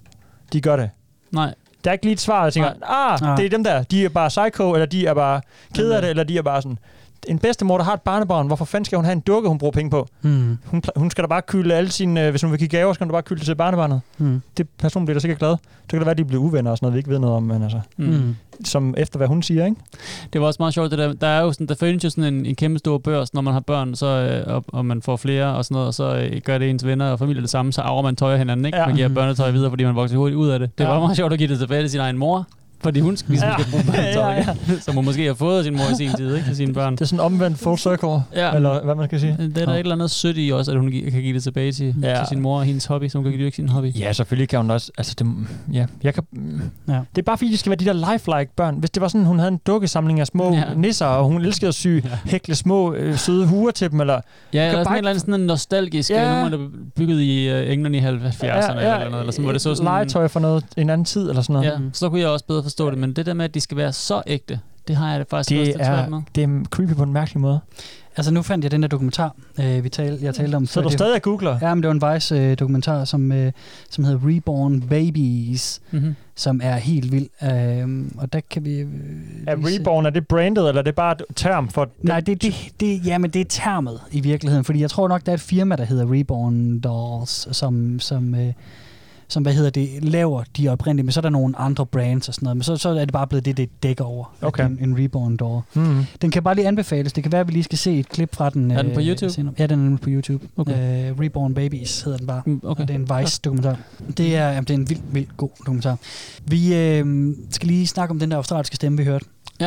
de gør det. Nej. Der er ikke lige et svar, jeg tænker, ah, Nej. det er dem der, de er bare psycho, eller de er bare ked af Mm. det, eller de er bare sådan, en bedstemor, der har et barnebarn, hvorfor fanden skal hun have en dukke, hun bruger penge på? Mm. Hun, hun skal da bare kylde alle sine, øh, hvis hun vil give gaver, skal hun da bare kylde det til barnebarnet. Mm. Det person bliver da sikkert glad. Så kan det være, at de bliver uvenner og sådan noget, vi ikke ved noget om, men altså, Mm. som efter hvad hun siger, ikke? Det var også meget sjovt, det der. Der er jo sådan, der findes jo sådan en, en kæmpe stor børs, når man har børn, så, øh, og, og man får flere og sådan noget, og så øh, gør det ens venner og familie det samme, så arver man tøj af hinanden, ikke? Ja. Man giver børnetøj videre, fordi man vokser hurtigt ud af det. Det Ja. var meget sjovt at give det tilbage til sin egen mor, fordi hun skal, ligesom Ja. skal bruge børnetøj, Ja, ja. ikke? Som hun måske har fået af sin mor i sin tid, ikke? Til sine børn. Det er sådan omvendt full circle, Ja. eller hvad man skal sige. Det er der et eller andet sødt i også, at hun gi- kan give det tilbage til, Ja. ja. til sin mor og hendes hobby, så hun kan dyrke sin hobby. Ja, selvfølgelig kan hun også. Altså, det, ja, jeg kan, Ja. det er bare fordi, det skal være de der lifelike børn. Hvis det var sådan, hun havde en dukkesamling af små Ja. ja. nisser, og hun elskede at sy, ja. hækle små øh, søde huer til dem, eller... Ja, kan eller sådan bare en eller anden sådan en nostalgisk Ja. ja. nummer, der blev bygget i uh, England i halvfjerdserne ja, ja, eller, eller noget, eller sådan, hvor det så sådan... legetøj for noget, en anden tid, eller sådan noget. Ja, så kunne jeg også bedre forstå det, men det der med, at de skal være så ægte, Det har jeg det faktisk Det også lidt svært med. er, det er creepy på en mærkelig måde. Altså nu fandt jeg den der dokumentar, øh, vi tal, jeg talte om. Så du stadig googler? Ja, men det var en Vice-dokumentar, som, øh, som hedder Reborn Babies, mm-hmm. som er helt vild. Øh, og der kan vi... Øh, er Reborn, er det brandet, eller er det bare et term for... Nej, det, det, det, jamen, det er termet i virkeligheden, fordi jeg tror nok, der er et firma, der hedder Reborn Dolls, som... som øh, som, hvad hedder det, laver de oprindelige, men så er der nogle andre brands og sådan noget, men så, så er det bare blevet det, det dækker over. Okay. En, en Reborn Doll. Mm. Den kan bare lige anbefales. Det kan være, at vi lige skal se et klip fra den. Er den på øh, YouTube? Senere. Ja, den er på YouTube. Okay. Uh, Reborn Babies hedder den bare. Mm, okay. Og det er en Vice-dokumentar. Det er, jamen, det er en vildt, vildt god dokumentar. Vi øh, skal lige snakke om den der australske stemme, vi hørte. Ja.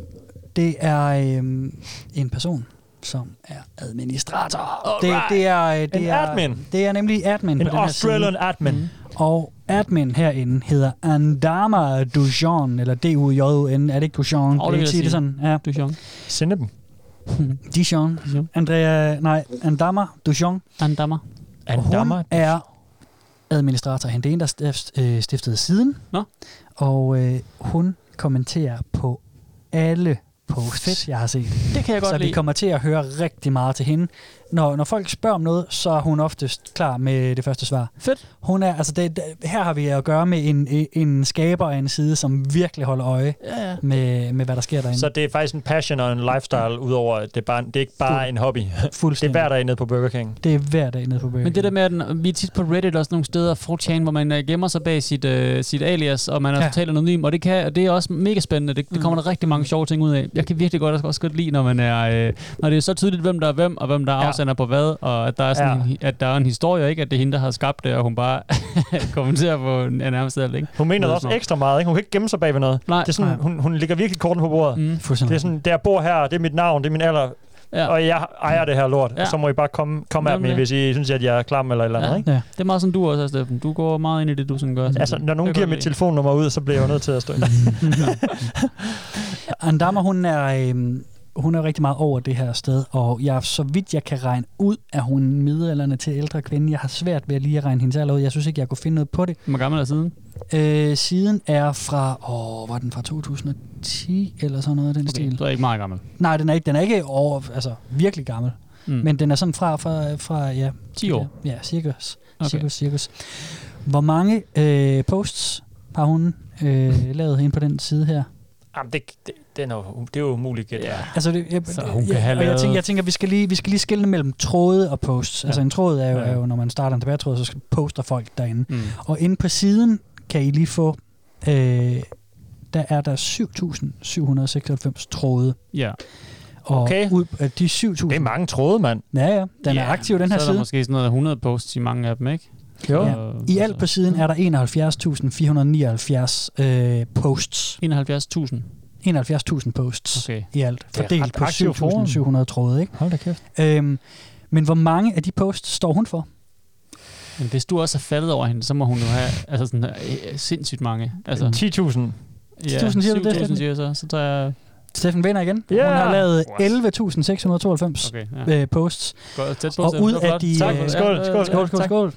Det er øh, en person, som er administrator. Det, det er, det en er, admin. Det er nemlig admin en på den her Australian side. admin. Mm. Og admin herinde hedder Andama Dujon, eller D U J O N. Er det ikke Dujon? Oh, det vil jeg sige det sådan. Ja. Dujon. Sende dem. Dijon. Andrea, nej, Andama Dujon. Andama. Andama. Hun er administrator. Han er en, der stift, øh, stiftede siden. Nå. Og øh, hun kommenterer på alle posts, Fedt. jeg har set. Det kan jeg godt Så lide. vi kommer til at høre rigtig meget til hende. Når, når folk spørger om noget, så er hun oftest klar med det første svar. Fedt. Hun er, altså det, det, her har vi at gøre med en, en skaber af en side, som virkelig holder øje ja, ja. Med, med, hvad der sker derinde. Så det er faktisk en passion og en lifestyle, udover at det er, bare, det er ikke bare Fuld. en hobby. Det er hver dag nede på Burger King. Det er hver dag nede på Burger King. Men det der med, at den, vi er tit på Reddit også nogle steder, four chan, hvor man uh, gemmer sig bag sit, uh, sit alias, og man er Ja. totalt anonym, og det, kan, og det er også mega spændende. Det, det kommer der rigtig mange sjove ting ud af. Jeg kan virkelig godt, også godt lide, når, man er, uh, når det er så tydeligt, hvem der er hvem, og hvem der Ja. afsender på hvad, og at der er, sådan Ja. en, at der er en historie, ikke? At det er hende, der har skabt det, og hun bare kommenterer på en nærmest alt, ikke? Hun mener Det er også sådan ekstra meget, ikke? Hun kan ikke gemme sig bag ved noget. Nej. Det er sådan, Nej. hun, hun ligger virkelig korten på bordet. Mm. Det er sådan, der bor her, det er mit navn, det er min alder, Ja. og jeg ejer det her lort. Ja. Så må I bare komme, komme af Jamen mig, det. hvis I synes, at jeg er klam eller et eller andet. Ja. Ikke? Ja. Det er meget sådan, du også er, Steffen. Du går meget ind i det, du sådan gør. Altså, når nogen Det giver kan mit jeg telefonnummer ud, så bliver jeg jo nødt til at stå. Andama, hun er, øh, hun er rigtig meget over det her sted, og jeg, så vidt jeg kan regne ud, at hun er middelaldrende til ældre kvinde. Jeg har svært ved at lige at regne hendes alder ud. Jeg synes ikke, jeg kunne finde noget på det. Hvor gammel er siden? Øh, siden er fra, åh, var den fra to tusind og ti eller sådan noget af den Okay, stil? så er ikke meget gammel. Nej, den er ikke, den er ikke over, altså virkelig gammel. Mm. Men den er sådan fra, fra, fra ja, ti år? Ja, ja cirkus. Okay. Cirkus, cirkus. Hvor mange øh, posts har hun øh, lavet ind på den side her? Jamen, det, det, det, er, noget, det er jo umuligt gæt. Ja. Altså, det, jeg, Så hun kan jeg, have og jeg lavet- tænker, jeg tænker, vi skal lige, vi skal lige skille mellem tråde og posts. Ja. Altså en tråd er jo, Ja. er jo, når man starter en debattråd, så skal poster folk derinde. Mm. Og inde på siden kan I lige få, øh, der er der syv tusind syv hundrede seksoghalvfems tråde. Ja. Og Okay. ud af de syv tusind... Det er mange tråde, mand. Ja, ja. Den Ja, er aktiv, den her så er der side. måske sådan noget hundrede posts i mange af dem, ikke? Jo. Ja. Og- I alt på siden er der enoghalvfjerds tusind fire hundrede nioghalvfjerds øh, posts. enoghalvfjerds tusind. enoghalvfjerds tusind posts Okay. i alt. Det er Fordelt ret på aktiv syv tusind syv hundrede tråde, ikke? Hold da kæft. Øhm, men hvor mange af de posts står hun for? Men hvis du også er faldet over hende, så må hun jo have altså sådan, øh, sindssygt mange. Altså, ti tusind. ti tusind siger du det, syv tusind Steffen? siger jeg så. Så tager jeg... Steffen vinder igen. Ja. Hun har lavet elleve tusind seks hundrede tooghalvfems Okay, ja. øh, posts. Godt, tæt på, Og Steffen. ud Det var af flot. de... Tak. øh, Ja, Skål, ja, skål, ja. skål, skål, Tak. skål.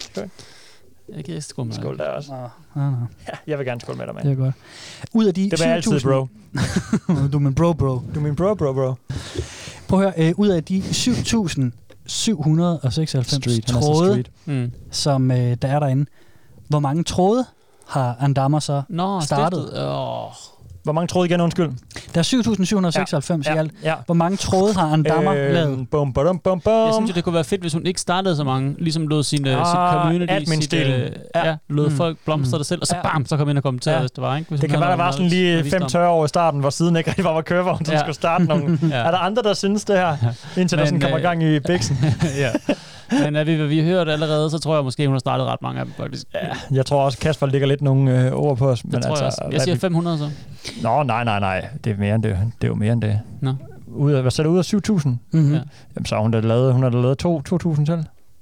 Jeg kan skål med dig. Skål der også. Nå, nå, nå. Ja, jeg vil gerne skåle med dig, Det mand. er godt. Ud af de Det var altid, bro. du er min bro, bro. Du er min bro, bro, bro. Prøv at høre, øh, ud af de syv tusind syv hundrede seksoghalvfems Street, han er så tråde, street. Mm. som øh, der er derinde, hvor mange tråde har Andama så Nå, startet? stiftet. Åh. Hvor mange tråde igen, undskyld? Der er syv tusind syv hundrede seksoghalvfems i alt. Ja. Hvor mange tråde har Andama øh, lavet? Bum, bum, bum, bum. Jeg synes jo, det kunne være fedt, hvis hun ikke startede så mange. Ligesom lod sin, uh, Ah, sit community, sit, admin-stilen. uh, ja. ja, lod Mm. folk blomstre det selv, og så Ja. bam, så kom ind og kommenterede, Ja. hvis det var, ikke? Hvis Det hun kan være, havde der var sådan noget lige visdom. fem tørre år i starten, hvor siden ikke rigtig var, var kører, hvor hun Ja. ja. skulle starte nogen. Ja. Er der andre, der synes det her? Indtil der Men, sådan kommer øh, gang i biksen. Ja. Men er vi, hvad vi har hørt allerede, så tror jeg måske, hun har startet ret mange af dem, faktisk. Ja, jeg tror også, Kasper ligger lidt nogle øh, ord på os. Det tror jeg også. Jeg siger fem hundrede så. Nå, nej, nej, nej. Det er mere end det. Det er jo mere end det. Nå. Ud af, hvad så er det ud af syv tusind? Mm-hmm. Ja. Jamen, så har hun da lavet, hun har da lavet to tusind til.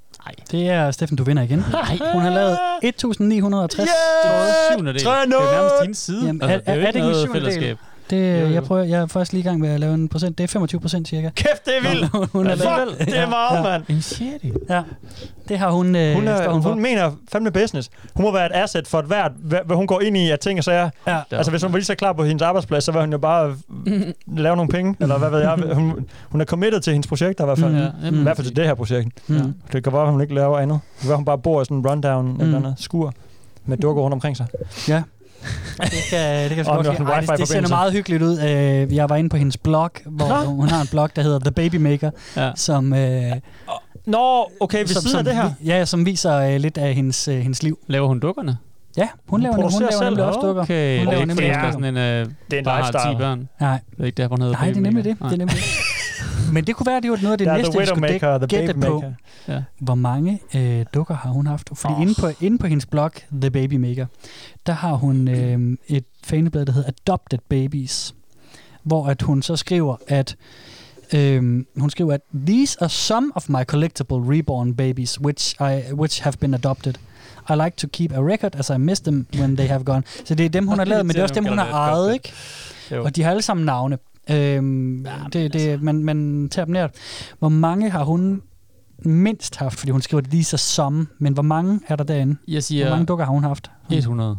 Det er, Steffen, du vinder igen. Nej. Hun har lavet et tusind ni hundrede og tres Det tråde. er syvende del. Det er nærmest din side. Jamen, Altså, er- det er jo er ikke det ikke en noget syvende del? fællesskab. Det, Jo, jo. jeg, prøver, jeg er først lige i gang med at lave en procent. Det er femogtyve procent cirka. Kæft, det er vildt! Hun er Fuck, det er meget, mand. En sjette. Ja, det har hun, øh, Hun, er, står hun, hun for. hun mener fandme business. Hun må være et asset for et hvert, hvad, hvad hun går ind i af ting og sager. Ja. Altså, hvis hun var lige så klar på hendes arbejdsplads, så var hun jo bare lave nogle penge, eller hvad ved jeg. Hun, hun er committed til hendes projekter i hvert fald. Mm, ja. I hvert fald til det her projekt. Mm. Det kan være, at hun ikke laver andet. Det kan være, hun bare bor i sådan en rundown mm. eller andet skur med dukker rundt omkring sig. Ja. Det kan, det kan Og godt en lide. Ej, det, det ser wifi-forbindelse. meget hyggeligt ud. Øh, Jeg var inde på hendes blog, hvor Nå. hun har en blog, der hedder The Baby Maker, Ja. som, øh, Nå, okay, ved som, siden som, af det her. vi- ja, som viser øh, lidt af hendes, øh, hendes liv. Laver hun dukkerne? Ja, hun laver, hun producerer laver nemlig selv. også dukker. Okay, Hun det er laver ikke fordi, nemlig hun også skal sådan en, øh, Det er en bare har lifestyle. ti børn. Nej. Det er ikke derfor, hun hedder Nej, det er nemlig det. Baby det, er nemlig det. Men det kunne være, det var noget af det Der er næste, The vi skulle Widowmaker, dæk- The gætte Baby på. Maker. Ja. Hvor mange øh, dukker har hun haft? Fordi oh. inde, på, inde på hendes blog, The Baby Maker, der har hun øh, et faneblad, der hedder Adopted Babies, hvor at hun så skriver, at øh, hun skriver, at these are some of my collectible reborn babies, which I which have been adopted. I like to keep a record, as I miss them when they have gone. Så det er dem, hun har lavet, men det er også dem, hun har ejet, ikke? Jo. Og de har alle sammen navne. Øhm, ja, det, det, altså. man, man tager dem nært. Hvor mange har hun mindst haft? Fordi hun skriver, at these are some. Men hvor mange er der derinde? Jeg siger Hvor mange dukker har hun haft? hundrede.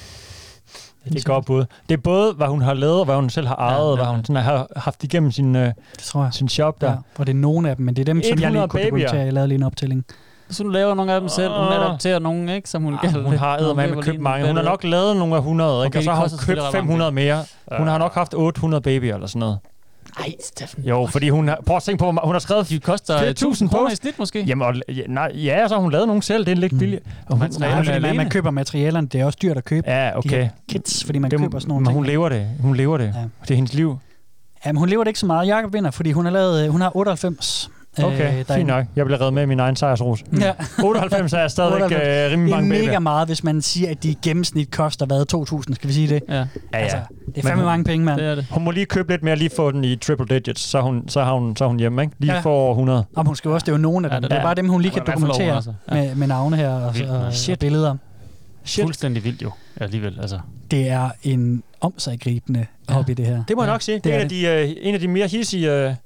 Det er et godt bud. Det er både, hvad hun har lavet, og hvad hun selv har ejet, Ja, og ja, hvad ja. hun sådan har haft igennem sin, øh, Det tror jeg. sin shop der. Ja, og det er nogle af dem, men det er dem, som jeg lige hundrede kunne babyer. dokumentere. Jeg lavede lige en optælling. Så du laver nogle af dem selv. Hun adopterer nogen, ikke? Som hun, Ah, hun har eddermame købt mange. Hun har nok lavet nogle af hundrede, ikke? Okay, Og så det har hun koster købt selvfølgelig ret fem hundrede mere. Hun Ja. har nok haft otte hundrede babyer eller sådan noget. Ej, Steffen. Jo, fordi hun har... Prøv at tænke på, hvor- hun har skrevet... De koster flere tusind tusind kroner i post. snit, måske. Jamen, og, ja, nej, ja, så har hun lavet nogle selv. Det er lidt billigt. Og hun, Materialerne Nej, fordi man, alene. man køber materialerne. Det er også dyrt at købe ja, de okay. her kits, fordi man Det, køber sådan nogle men ting. hun lever det. Hun lever det. Ja. Det er hendes liv. Jamen, hun lever det ikke så meget. Jakob vinder, fordi hun har lavet, hun har otteoghalvfems. Okay, øh, fint nok. Jeg bliver reddet med min egen sejrsros. Ja. otteoghalvfems er stadigvæk øh, otteoghalvfems. rimelig mange Det er babyer. mega meget, hvis man siger, at de i gennemsnit koster hvad, to tusind, skal vi sige det? Ja. Ja, ja. Altså, det er Men fandme hun- mange penge, mand. Det er det. Hun må lige købe lidt mere, lige få den i triple digits, så, hun, så, har hun, så er hun hjemme, ikke? Lige Ja. for over hundrede. Og hun skriver også, det er jo nogle af Ja, dem. det- Det er bare dem, hun lige Ja, kan i hvert fald over, dokumentere altså. Ja. med, med navne her og, Vildt, og, mand. og Shit. billeder. Shit. Fuldstændig vildt jo. Ja, alligevel, altså. Det er en omsaggribende Ja. hobby, det her. Det må jeg Ja, nok sige. Det det er er en af de, øh, en af de mere hissige... Øh,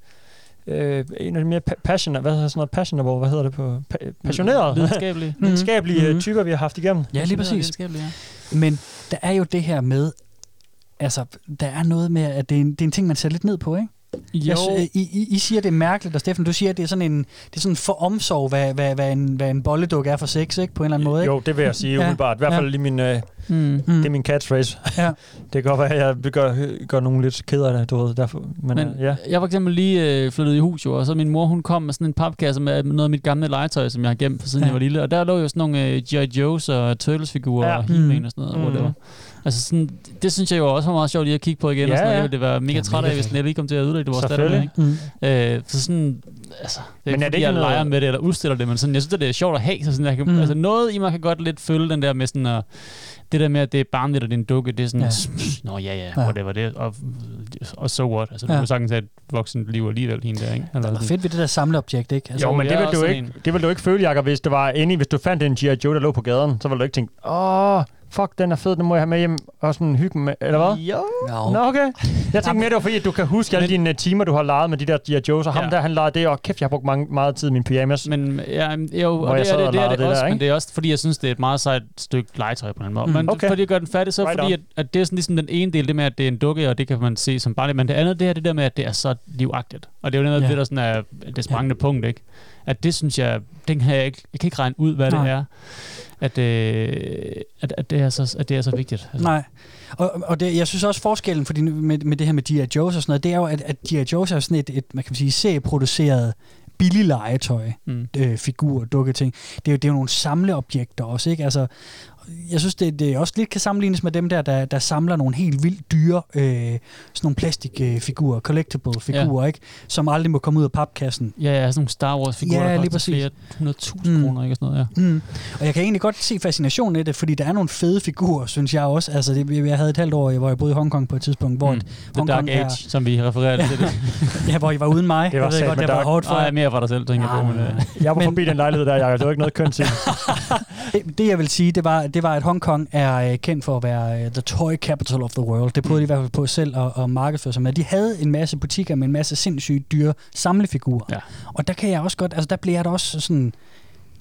øh, en af de mere pa- passionate, hvad hedder sådan noget, passionable, hvad hedder det på? Pa- passionerede, Lidenskabelige. lidenskabelige Mhm. typer, vi har haft igennem. Ja, lige præcis. Lidenskabelige, ja. Men der er jo det her med, altså, der er noget med, at det er en, det er en ting, man ser lidt ned på, ikke? Jo. Jeg, sy- I, I, I siger, det er mærkeligt, og Steffen, du siger, at det er sådan en, det er sådan for omsorg, hvad, hvad, hvad, en, hvad en bolleduk er for sex, ikke? På en eller anden måde, ikke? Jo, det vil jeg sige Ja. umiddelbart. I hvert fald Ja. lige min, øh, Mm. det er min catchphrase. Ja. Det kan godt være, at jeg gør, gør nogen lidt ked af det, du ved, derfor. Men, Men øh, ja. jeg var for eksempel lige øh, flyttet i hus, jo, og så min mor, hun kom med sådan en papkasse med noget af mit gamle legetøj, som jeg har gemt, for siden Ja. ja. jeg var lille. Og der lå jo sådan nogle øh, G I. Joe's og Turtles-figurer Ja. og He-Man Mm. og sådan noget. Mm. Mm. Whatever. Altså sådan, det synes jeg jo også var meget sjovt lige at kigge på igen. Ja, og sådan noget. ja. Jeg ville det være mega Ja, træt mega af, hvis fedt. den lige kom til at ødelægge det vores datter. Selvfølgelig. Ikke? Mm. Øh, så sådan, altså, det er Men men er er det det ikke jeg noget- leger med det, eller udstiller det, men sådan, jeg synes, at det er sjovt at have. Så sådan, jeg kan, Mm. mm. altså, noget i mig kan godt lidt følge den der med sådan, at det der med, at det er barnligt, og det er en dukke, det er sådan, Ja. ja. nå ja, ja, Ja. whatever, det og, og so what. Altså, du Ja. kan sagtens have et voksent liv alligevel, hende der, ikke? Eller Det er sådan. fedt ved det der samleobjekt, ikke? Altså, Jo, men jeg det er vil, også du sådan ikke, en. det vil du ikke føle, Jacob, hvis det var inde i, hvis du fandt en G I. Joe, der lå på gaden, så ville du ikke tænke, åh, fuck, den er fed, den må jeg have med hjem og sådan hygge med, eller hvad? Jo. Jo. Nå, okay. Jeg tænkte mere, det var fordi, at du kan huske alle dine timer, du har leget med de der G I. Joes, og ham Ja. der, han legede det, og kæft, jeg har brugt mange, meget tid i min pyjamas. Men ja, jo, Hvor og jeg det sad er det, og det, er legede det det også, der, men ikke? det er også, fordi jeg synes, det er et meget sejt stykke legetøj på den måde. Mm. Men Okay. fordi jeg gør den færdig, så Right fordi, on. at, at det er sådan ligesom den ene del, det med, at det er en dukke, og det kan man se som barnligt, men det andet, det er det der med, at det er så livagtigt. Og det er jo noget af Ja. det, der sådan er det sprængende punkt, ikke? At det synes jeg, den kan jeg ikke, jeg kan ikke regne ud, hvad Nej. det er. At, øh, at, at, det er så, at det er så vigtigt. Altså. Nej. Og, og det, jeg synes også forskellen fordi med, med det her med G I. Joe's og sådan noget, det er jo, at, at G I. Joe's er sådan et, et man kan sige, serieproduceret billig legetøj, Mm. øh, figur, dukke ting. Det er, jo, det er jo nogle samleobjekter også, ikke? Altså, jeg synes, det, det også lidt kan sammenlignes med dem der, der, der samler nogle helt vildt dyre, øh, sådan nogle plastikfigurer, collectible figurer, ikke? Som aldrig må komme ud af papkassen. Ja, ja, sådan nogle Star Wars-figurer, Ja, der lige koster præcis. flere hundrede tusind Mm. kroner, ikke? Og sådan noget, ja. Mm. Og jeg kan egentlig godt se fascinationen i det, fordi der er nogle fede figurer, synes jeg også. Altså, det, jeg havde et halvt år, hvor jeg boede i Hongkong på et tidspunkt, hvor Mm. mm. The Hongkong Dark Age, er, som vi refererer til det. ja, hvor I var uden mig. Det var jeg ved satme godt, det var dark. hårdt for Nej, jer. mere for dig selv, tænker jeg på. Men, øh. Jeg var Men- forbi den lejlighed der, Jacob. Det var ikke noget kønt til. Det, det jeg vil sige, det var, det var, at Hongkong er øh, kendt for at være uh, the toy capital of the world. Det prøvede de i hvert fald på selv at, at markedsføre sig med. De havde en masse butikker med en masse sindssygt dyre samlefigurer. Ja. Og der kan jeg også godt, altså der bliver jeg da også sådan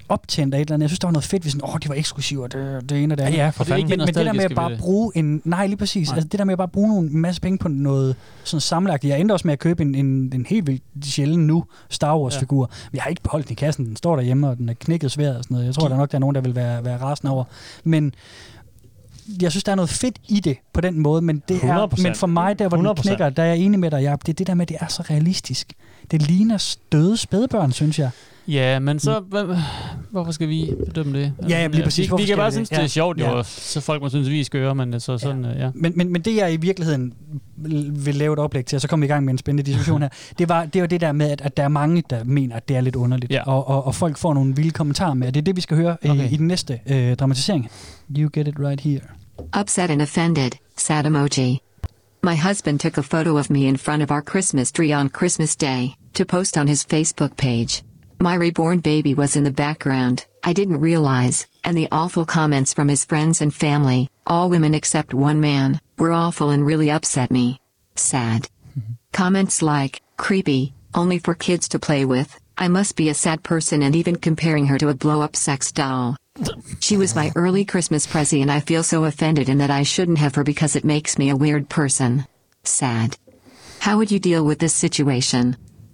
optændt af et eller andet. Jeg synes, der var noget fedt, hvis sådan, åh, de var eksklusive, og det, det ene og det andet. Ja, ja, for fanden. Men, men det der med at bare bruge en... Nej, lige præcis. Altså, det der med at bare bruge nogle, en masse penge på noget sådan sammenlagt. Jeg endte også med at købe en, en, en helt vildt sjælden nu Star Wars-figur. Ja. Men jeg har ikke beholdt den i kassen. Den står derhjemme, og den er knækket svær og sådan noget. Jeg tror, der nok der er nogen, der vil være, være rasende over. Men jeg synes, der er noget fedt i det på den måde, men det er, men for mig, der hvor den knækker, der er jeg enig med dig, Jacob, det er det der med, at det er så realistisk. Det ligner døde spædbørn, synes jeg. Ja, men så... Mm. Hvorfor skal vi bedømme det? Ja, ja lige præcis. Vi, vi kan bare synes, det, det er sjovt, ja. jo, så folk må synes, vi er skøre, men så sådan, ja. ja. Men, men, men det, jeg i virkeligheden vil lave et oplæg til, og så kommer vi i gang med en spændende diskussion her, det var det, var det der med, at, at der er mange, der mener, at det er lidt underligt, ja. og, og, og folk får nogle vilde kommentarer med, og det er det, vi skal høre okay. i, i den næste øh, dramatisering. You get it right here. Upset and offended, sad emoji. My husband took a photo of me in front of our Christmas tree on Christmas Day, to post on his Facebook page. My reborn baby was in the background, I didn't realize, and the awful comments from his friends and family, all women except one man, were awful and really upset me. Sad. Mm-hmm. Comments like, creepy, only for kids to play with, I must be a sad person, and even comparing her to a blow-up sex doll. She was my early Christmas pressie and I feel so offended in that I shouldn't have her because it makes me a weird person. Sad. How would you deal with this situation?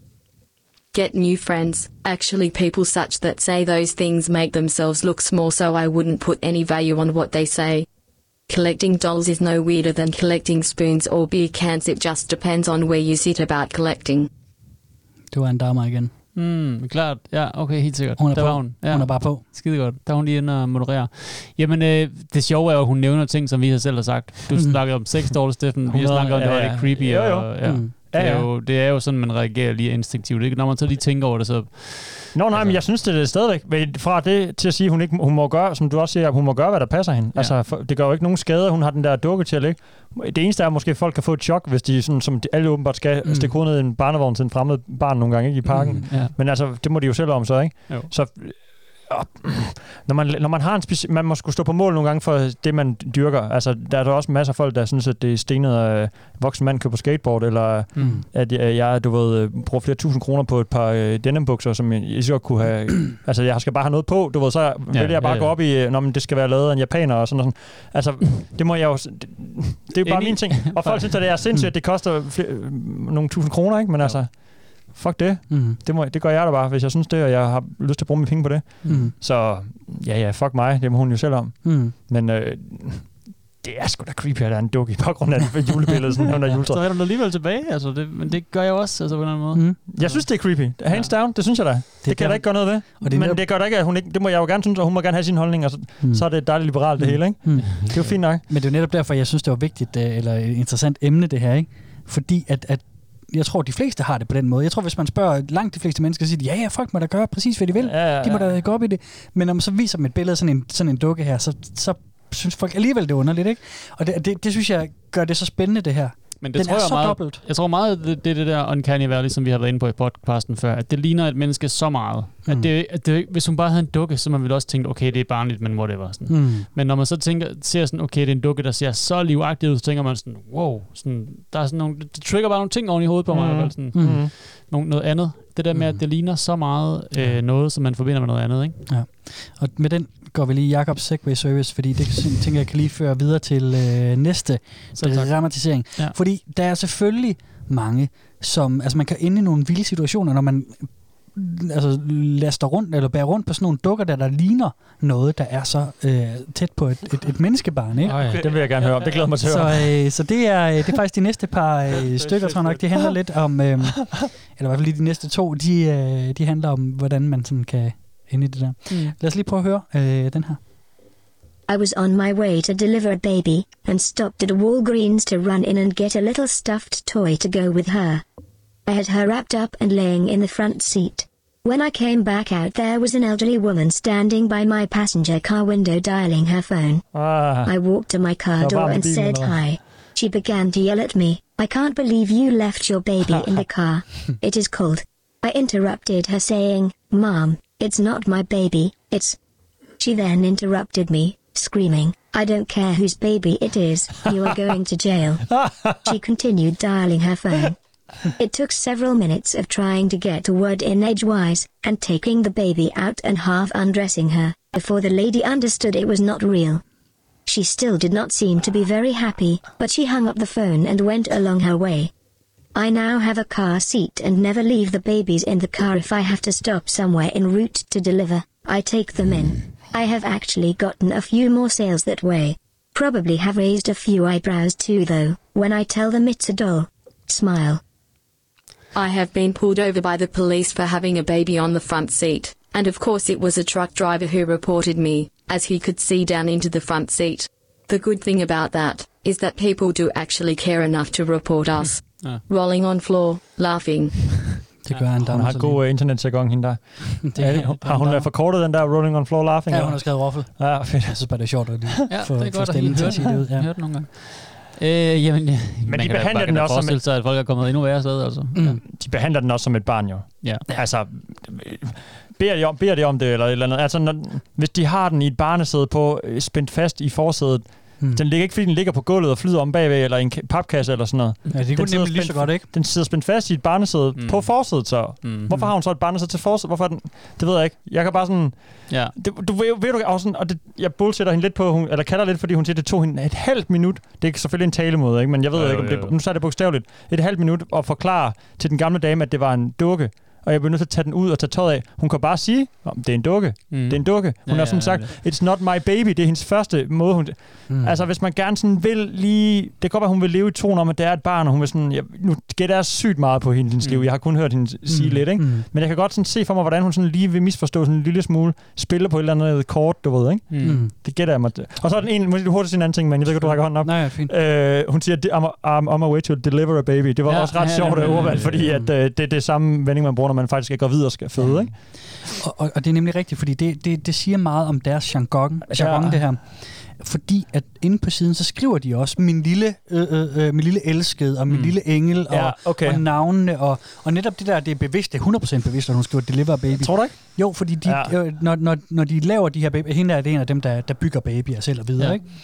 Get new friends, actually people such that say those things make themselves look small, so I wouldn't put any value on what they say. Collecting dolls is no weirder than collecting spoons or beer cans, it just depends on where you sit about collecting. Du var en dame igen. Mm, klart. Ja, okay, helt sikkert. Hun er, der på. Var hun. Ja. Hun er bare på. Skide godt. Der er hun lige inde og modererer. Jamen, øh, det sjove er jo, at hun nævner ting, som vi har selv har sagt. Du mm. snakkede om sex dolls, Steffen. Vi har snakket om, ja, det var ja. lidt creepy. Jo, jo. Og, ja. Mm. Det, er ja, ja. jo, det er jo sådan, man reagerer lige instinktivt. Ikke? Når man så lige tænker over det, så... Nå, nej, altså. Men jeg synes, det er stadigvæk... Fra det til at sige, hun ikke hun må gøre, som du også siger, hun må gøre, hvad der passer hende. Ja. Altså, det gør jo ikke nogen skade. Hun har den der dukke til at ligge. Det eneste er, at måske at folk kan få et chok, hvis de, sådan, som de alle åbenbart skal, mm. stikke hovedet ned i en barnevogn til en fremmed barn nogle gange, ikke, i parken. Mm, ja. Men altså, det må de jo selv om så, ikke? Jo. Så... Når man, når man har en speci- man må skulle stå på mål nogle gange for det, man dyrker. Altså, der er der også masser af folk, der synes, at det er stenet, at voksen mand køber skateboard, eller mm. at jeg, du ved, bruger flere tusind kroner på et par øh, denim-bukser, som jeg, jeg godt kunne have... altså, jeg skal bare have noget på, du ved, så ja, vælger jeg bare ja, ja. gå op i, når det skal være lavet af en japaner og sådan noget. Altså, det må jeg jo... Det, det er jo bare min ting. Og folk synes, at det er sindssygt, at det koster flere, nogle tusind kroner, ikke? Men ja. altså... Fuck det. Mm. Det, må, det gør jeg da bare, hvis jeg synes det, og jeg har lyst til at bruge mine penge på det. Mm. Så ja, ja, fuck mig. Det må hun jo selv om. Mm. Men øh, det er sgu da creepy, at der er en dukke i baggrunden af et julebillede. Sådan, under juletræet. Så er du alligevel tilbage, altså det, men det gør jeg også altså på en eller anden måde. Mm. Jeg synes, det er creepy. Hands down, det synes jeg da. Det, det kan jeg da ikke gøre noget ved. Og det men netop... det gør da ikke, at hun ikke... Det må jeg jo gerne synes, og hun må gerne have sin holdning, og så, mm. så er det dejligt liberalt det mm. hele, ikke? Mm. Det er jo fint nok. Men det er jo netop derfor, jeg synes, det var vigtigt, eller et interessant emne, det her, ikke? Fordi at, at jeg tror, de fleste har det på den måde. Jeg tror, hvis man spørger langt de fleste mennesker, siger de, ja, ja, folk må da gøre præcis, hvad de vil. Ja, ja, ja. De må da gå op i det. Men når man så viser dem et billede af sådan en, sådan en dukke her, så, så synes folk alligevel, det er underligt, ikke? Og det, det, det synes jeg gør det så spændende, det her. Men det Den tror er jeg så meget, dobbelt. Jeg tror meget, det, det er det der uncanny valley, som vi har været inde på i podcasten før, at det ligner et menneske så meget. Mm. At det, at det, hvis hun bare havde en dukke, så man ville også tænke, okay, det er barnligt, men whatever. Sådan. Mm. Men når man så tænker, ser sådan, okay, det er en dukke, der ser så livagtig ud, så tænker man sådan, wow, sådan, der er sådan nogle, det trigger bare nogle ting oven i hovedet på mig. Mm. Sådan, mm. Nogle, noget andet. Det der med, at det ligner så meget øh, noget, som man forbinder med noget andet. Ikke? Ja. Og med den går vi lige Jacobs Segway Service, fordi det tænker jeg kan lige føre videre til øh, næste dramatisering. Ja. Fordi der er selvfølgelig mange, som... Altså man kan ende i nogle vilde situationer, når man altså, laster rundt, eller bærer rundt på sådan nogle dukker, der, der ligner noget, der er så øh, tæt på et, et, et menneskebarn. Ikke? Oh ja, det vil jeg gerne høre om. Det glæder mig til at høre. Så, øh, så det, er, det er faktisk de næste par øh, stykker, tror jeg nok. Det handler lidt om... Øh, eller i hvert fald lige de næste to, de, øh, de handler om, hvordan man sådan kan ende i det der. Mm. Lad os lige prøve at høre øh, den her. I was on my way to deliver a baby, and stopped at Walgreens to run in and get a little stuffed toy to go with her. I had her wrapped up and laying in the front seat. When I came back out, there was an elderly woman standing by my passenger car window dialing her phone. Ah, I walked to my car door and said hi. She began to yell at me, "I can't believe you left your baby in the car. It is cold." I interrupted her saying, "Mom, it's not my baby, it's..." She then interrupted me, screaming, "I don't care whose baby it is, you are going to jail." She continued dialing her phone. It took several minutes of trying to get a word in edgewise, and taking the baby out and half undressing her, before the lady understood it was not real. She still did not seem to be very happy, but she hung up the phone and went along her way. I now have a car seat and never leave the babies in the car. If I have to stop somewhere en route to deliver, I take them in. I have actually gotten a few more sales that way. Probably have raised a few eyebrows too though, when I tell them it's a doll. Smile. I have been pulled over by the police for having a baby on the front seat, and of course it was a truck driver who reported me, as he could see down into the front seat. The good thing about that is that people do actually care enough to report us. Ja. Rolling on floor, laughing. Det gør han, Hun har god uh, internetsætgong, hende der. Det er, har har hun uh, forkortet den der rolling on floor laughing? Ja, hun har skrevet roffel. Ja, fedt. Jeg synes bare, det er sjovt at lige Ja, få, det er få godt at stemmen høre til at sige det ud. Ja. Hørt nogle gange. Øh, jamen, ja. Men de kan behandler da, den også som forestille et... sig, at folk er kommet endnu værre sted, altså. Mm. De behandler den også som et barn, jo. Ja. Altså, beder de om, beder de om det, eller et eller andet. Altså, når, hvis de har den i et barnesæde på, spændt fast i forsædet, Hmm. Den ligger ikke, fordi den ligger på gulvet og flyder om bagved, eller i en papkasse eller sådan noget. Ja, det kunne nemlig lige så godt, ikke? Den sidder spændt fast i et barnesæde mm. på forsædet, så. Mm. Hvorfor har hun så et barnesæde til forsædet? Hvorfor er den? Det ved jeg ikke. Jeg kan bare sådan... Ja. Det, du ved, ved du også sådan, og det, jeg bullshitter hende lidt på, hun, eller kalder lidt, fordi hun siger, det tog hende et halvt minut. Det er selvfølgelig en talemåde, ikke? Men jeg ved jo, ikke, om det, nu så er det bogstaveligt. Et halvt minut at forklare til den gamle dame, at det var en dukke. Og jeg bliver nødt til at tage den ud og tage tøjet af. Hun kan bare sige, at det er en dukke. Mm. Det er en dukke. Hun ja, har sådan ja, sagt, ja. It's not my baby. Det er hendes første måde. Hun... Mm. Altså, hvis man gerne sådan vil lige... Det kan godt være, hun vil leve i tonen om, at det er et barn, og hun vil sådan... Jeg, nu gætter jeg sygt meget på hendes mm. liv. Jeg har kun hørt hende sige mm. lidt, ikke? Mm. Men jeg kan godt sådan se for mig, hvordan hun sådan lige vil misforstå sådan en lille smule. Spiller på et eller andet kort, du ved, ikke? Mm. Det gætter jeg mig. Og så er den en... Måske du hurtigt sige en anden ting, men jeg ved ikke, du rækker hånden op. Nej, fint. Øh, hun siger, I'm, I'm on my way to deliver a baby. Det var ja, også ret ja, sjovt, det ordvalg, fordi at, øh, det er det samme vending, man bruger, når man faktisk er gravid og skal føde, ikke? Og, og, og det er nemlig rigtigt, fordi det, det, det siger meget om deres jargon, jargon ja. det her. Fordi at inde på siden, så skriver de også min lille, øh, øh, min lille elskede, og min mm. lille engel, og, ja, okay. og navnene, og, og netop det der, det er bevidst, det er hundrede procent bevidst, at hun skriver deliver baby. Tror du ikke? Jo, fordi de, ja. øh, når, når, når de laver de her baby, hende er det en af dem, der, der bygger babyer selv og videre, ja. ikke?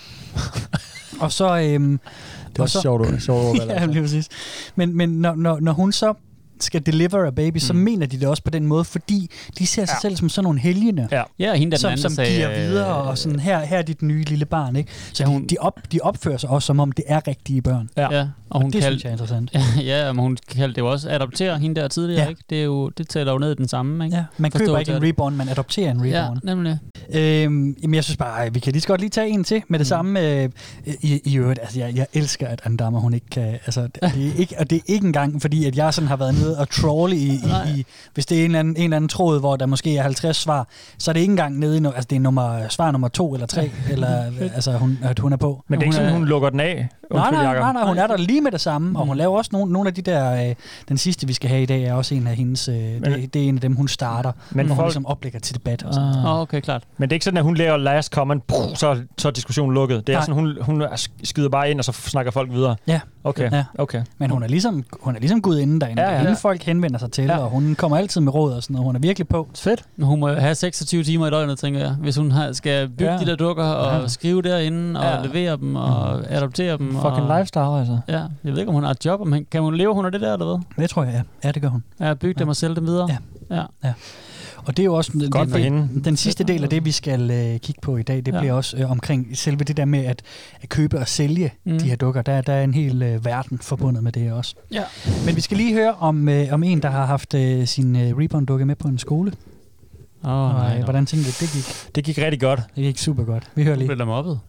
Og så... Øhm, det var så, sjovt, sjovt ord, ja, lige præcis. Men, men når, når, når hun så skal deliver a baby, mm. så mener de det også på den måde, fordi de ser sig ja. selv som sådan nogle helgene, ja. Ja, hende, som, som sagde, giver videre, og sådan, her, her er dit nye lille barn, ikke? Så ja, hun, de, de, op, de opfører sig også, som om det er rigtige børn. Ja, ja. Og, og hun det kald... synes jeg er interessant. Ja, men hun kaldte det jo også adoptere hende der tidligere, ja. ikke? Det, er jo, det tæller jo ned i den samme, ikke? Ja, man Forstår køber ikke en reborn, man adopterer en reborn. Ja, nemlig. Øhm, jamen, jeg synes bare, vi kan lige så godt lige tage en til med det mm. samme. Øh, i, i øvrigt, altså, jeg, jeg elsker, at Andama, hun ikke kan... Altså, det er ikke, og det er ikke engang, fordi at jeg sådan har været nede og trolle i, i, i hvis det er en eller, anden, en eller anden tråd, hvor der måske er halvtreds svar, så er det ikke engang nede i... No, altså, det er nummer, svar nummer to eller tre, eller altså, hun, at hun er på. Men det er ikke sådan, er, hun lukker den af? Nej, nej, nej, nej, hun er der lige med det samme, mm. og hun laver også nogle, nogle af de der... Øh, den sidste, vi skal have i dag, er også en af hendes... Øh, men, det, det er en af dem, hun starter, men hvor folk, hun ligesom oplægger til debat. Og sådan. Ah, okay, klart. Men det er ikke sådan, at hun laver last comment, brug, så, så er diskussionen lukket. Det er nej. sådan, hun, hun skyder bare ind, og så snakker folk videre. Ja. Okay, ja. okay. Men hun er ligesom, hun er ligesom gudinde derinde. Ja, ja, ja. Hende folk henvender sig til, ja. og hun kommer altid med råd og sådan noget. Hun er virkelig på. Fedt. Hun må have seksogtyve timer i døgnet, tænker jeg. Hvis hun har, skal bygge ja. de der dukker, og ja. skrive derinde, og ja. levere dem, og mm. adoptere dem. Fucking og... lifestyle, altså. Ja, jeg ved ikke, om hun har et job. Om kan hun leve hun af det der, eller hvad? Det tror jeg, ja. Ja, det gør hun. Ja, bygge ja. dem og sælge dem videre. Ja. Ja. ja. Og det er jo også Godt det, for hende. Den sidste del af det, vi skal øh, kigge på i dag, det ja. bliver også øh, omkring selve det der med at, at købe og sælge mm. de her dukker. Der, der er en hel øh, verden forbundet med det også. Ja. Men vi skal lige høre om, øh, om en, der har haft øh, sin øh, Reborn-dukke med på en skole. Åh, oh, nej. Og, hvordan tænkte du, det gik? Det gik rigtig godt. Det gik super godt. Vi hører lige. Blev der mobbet?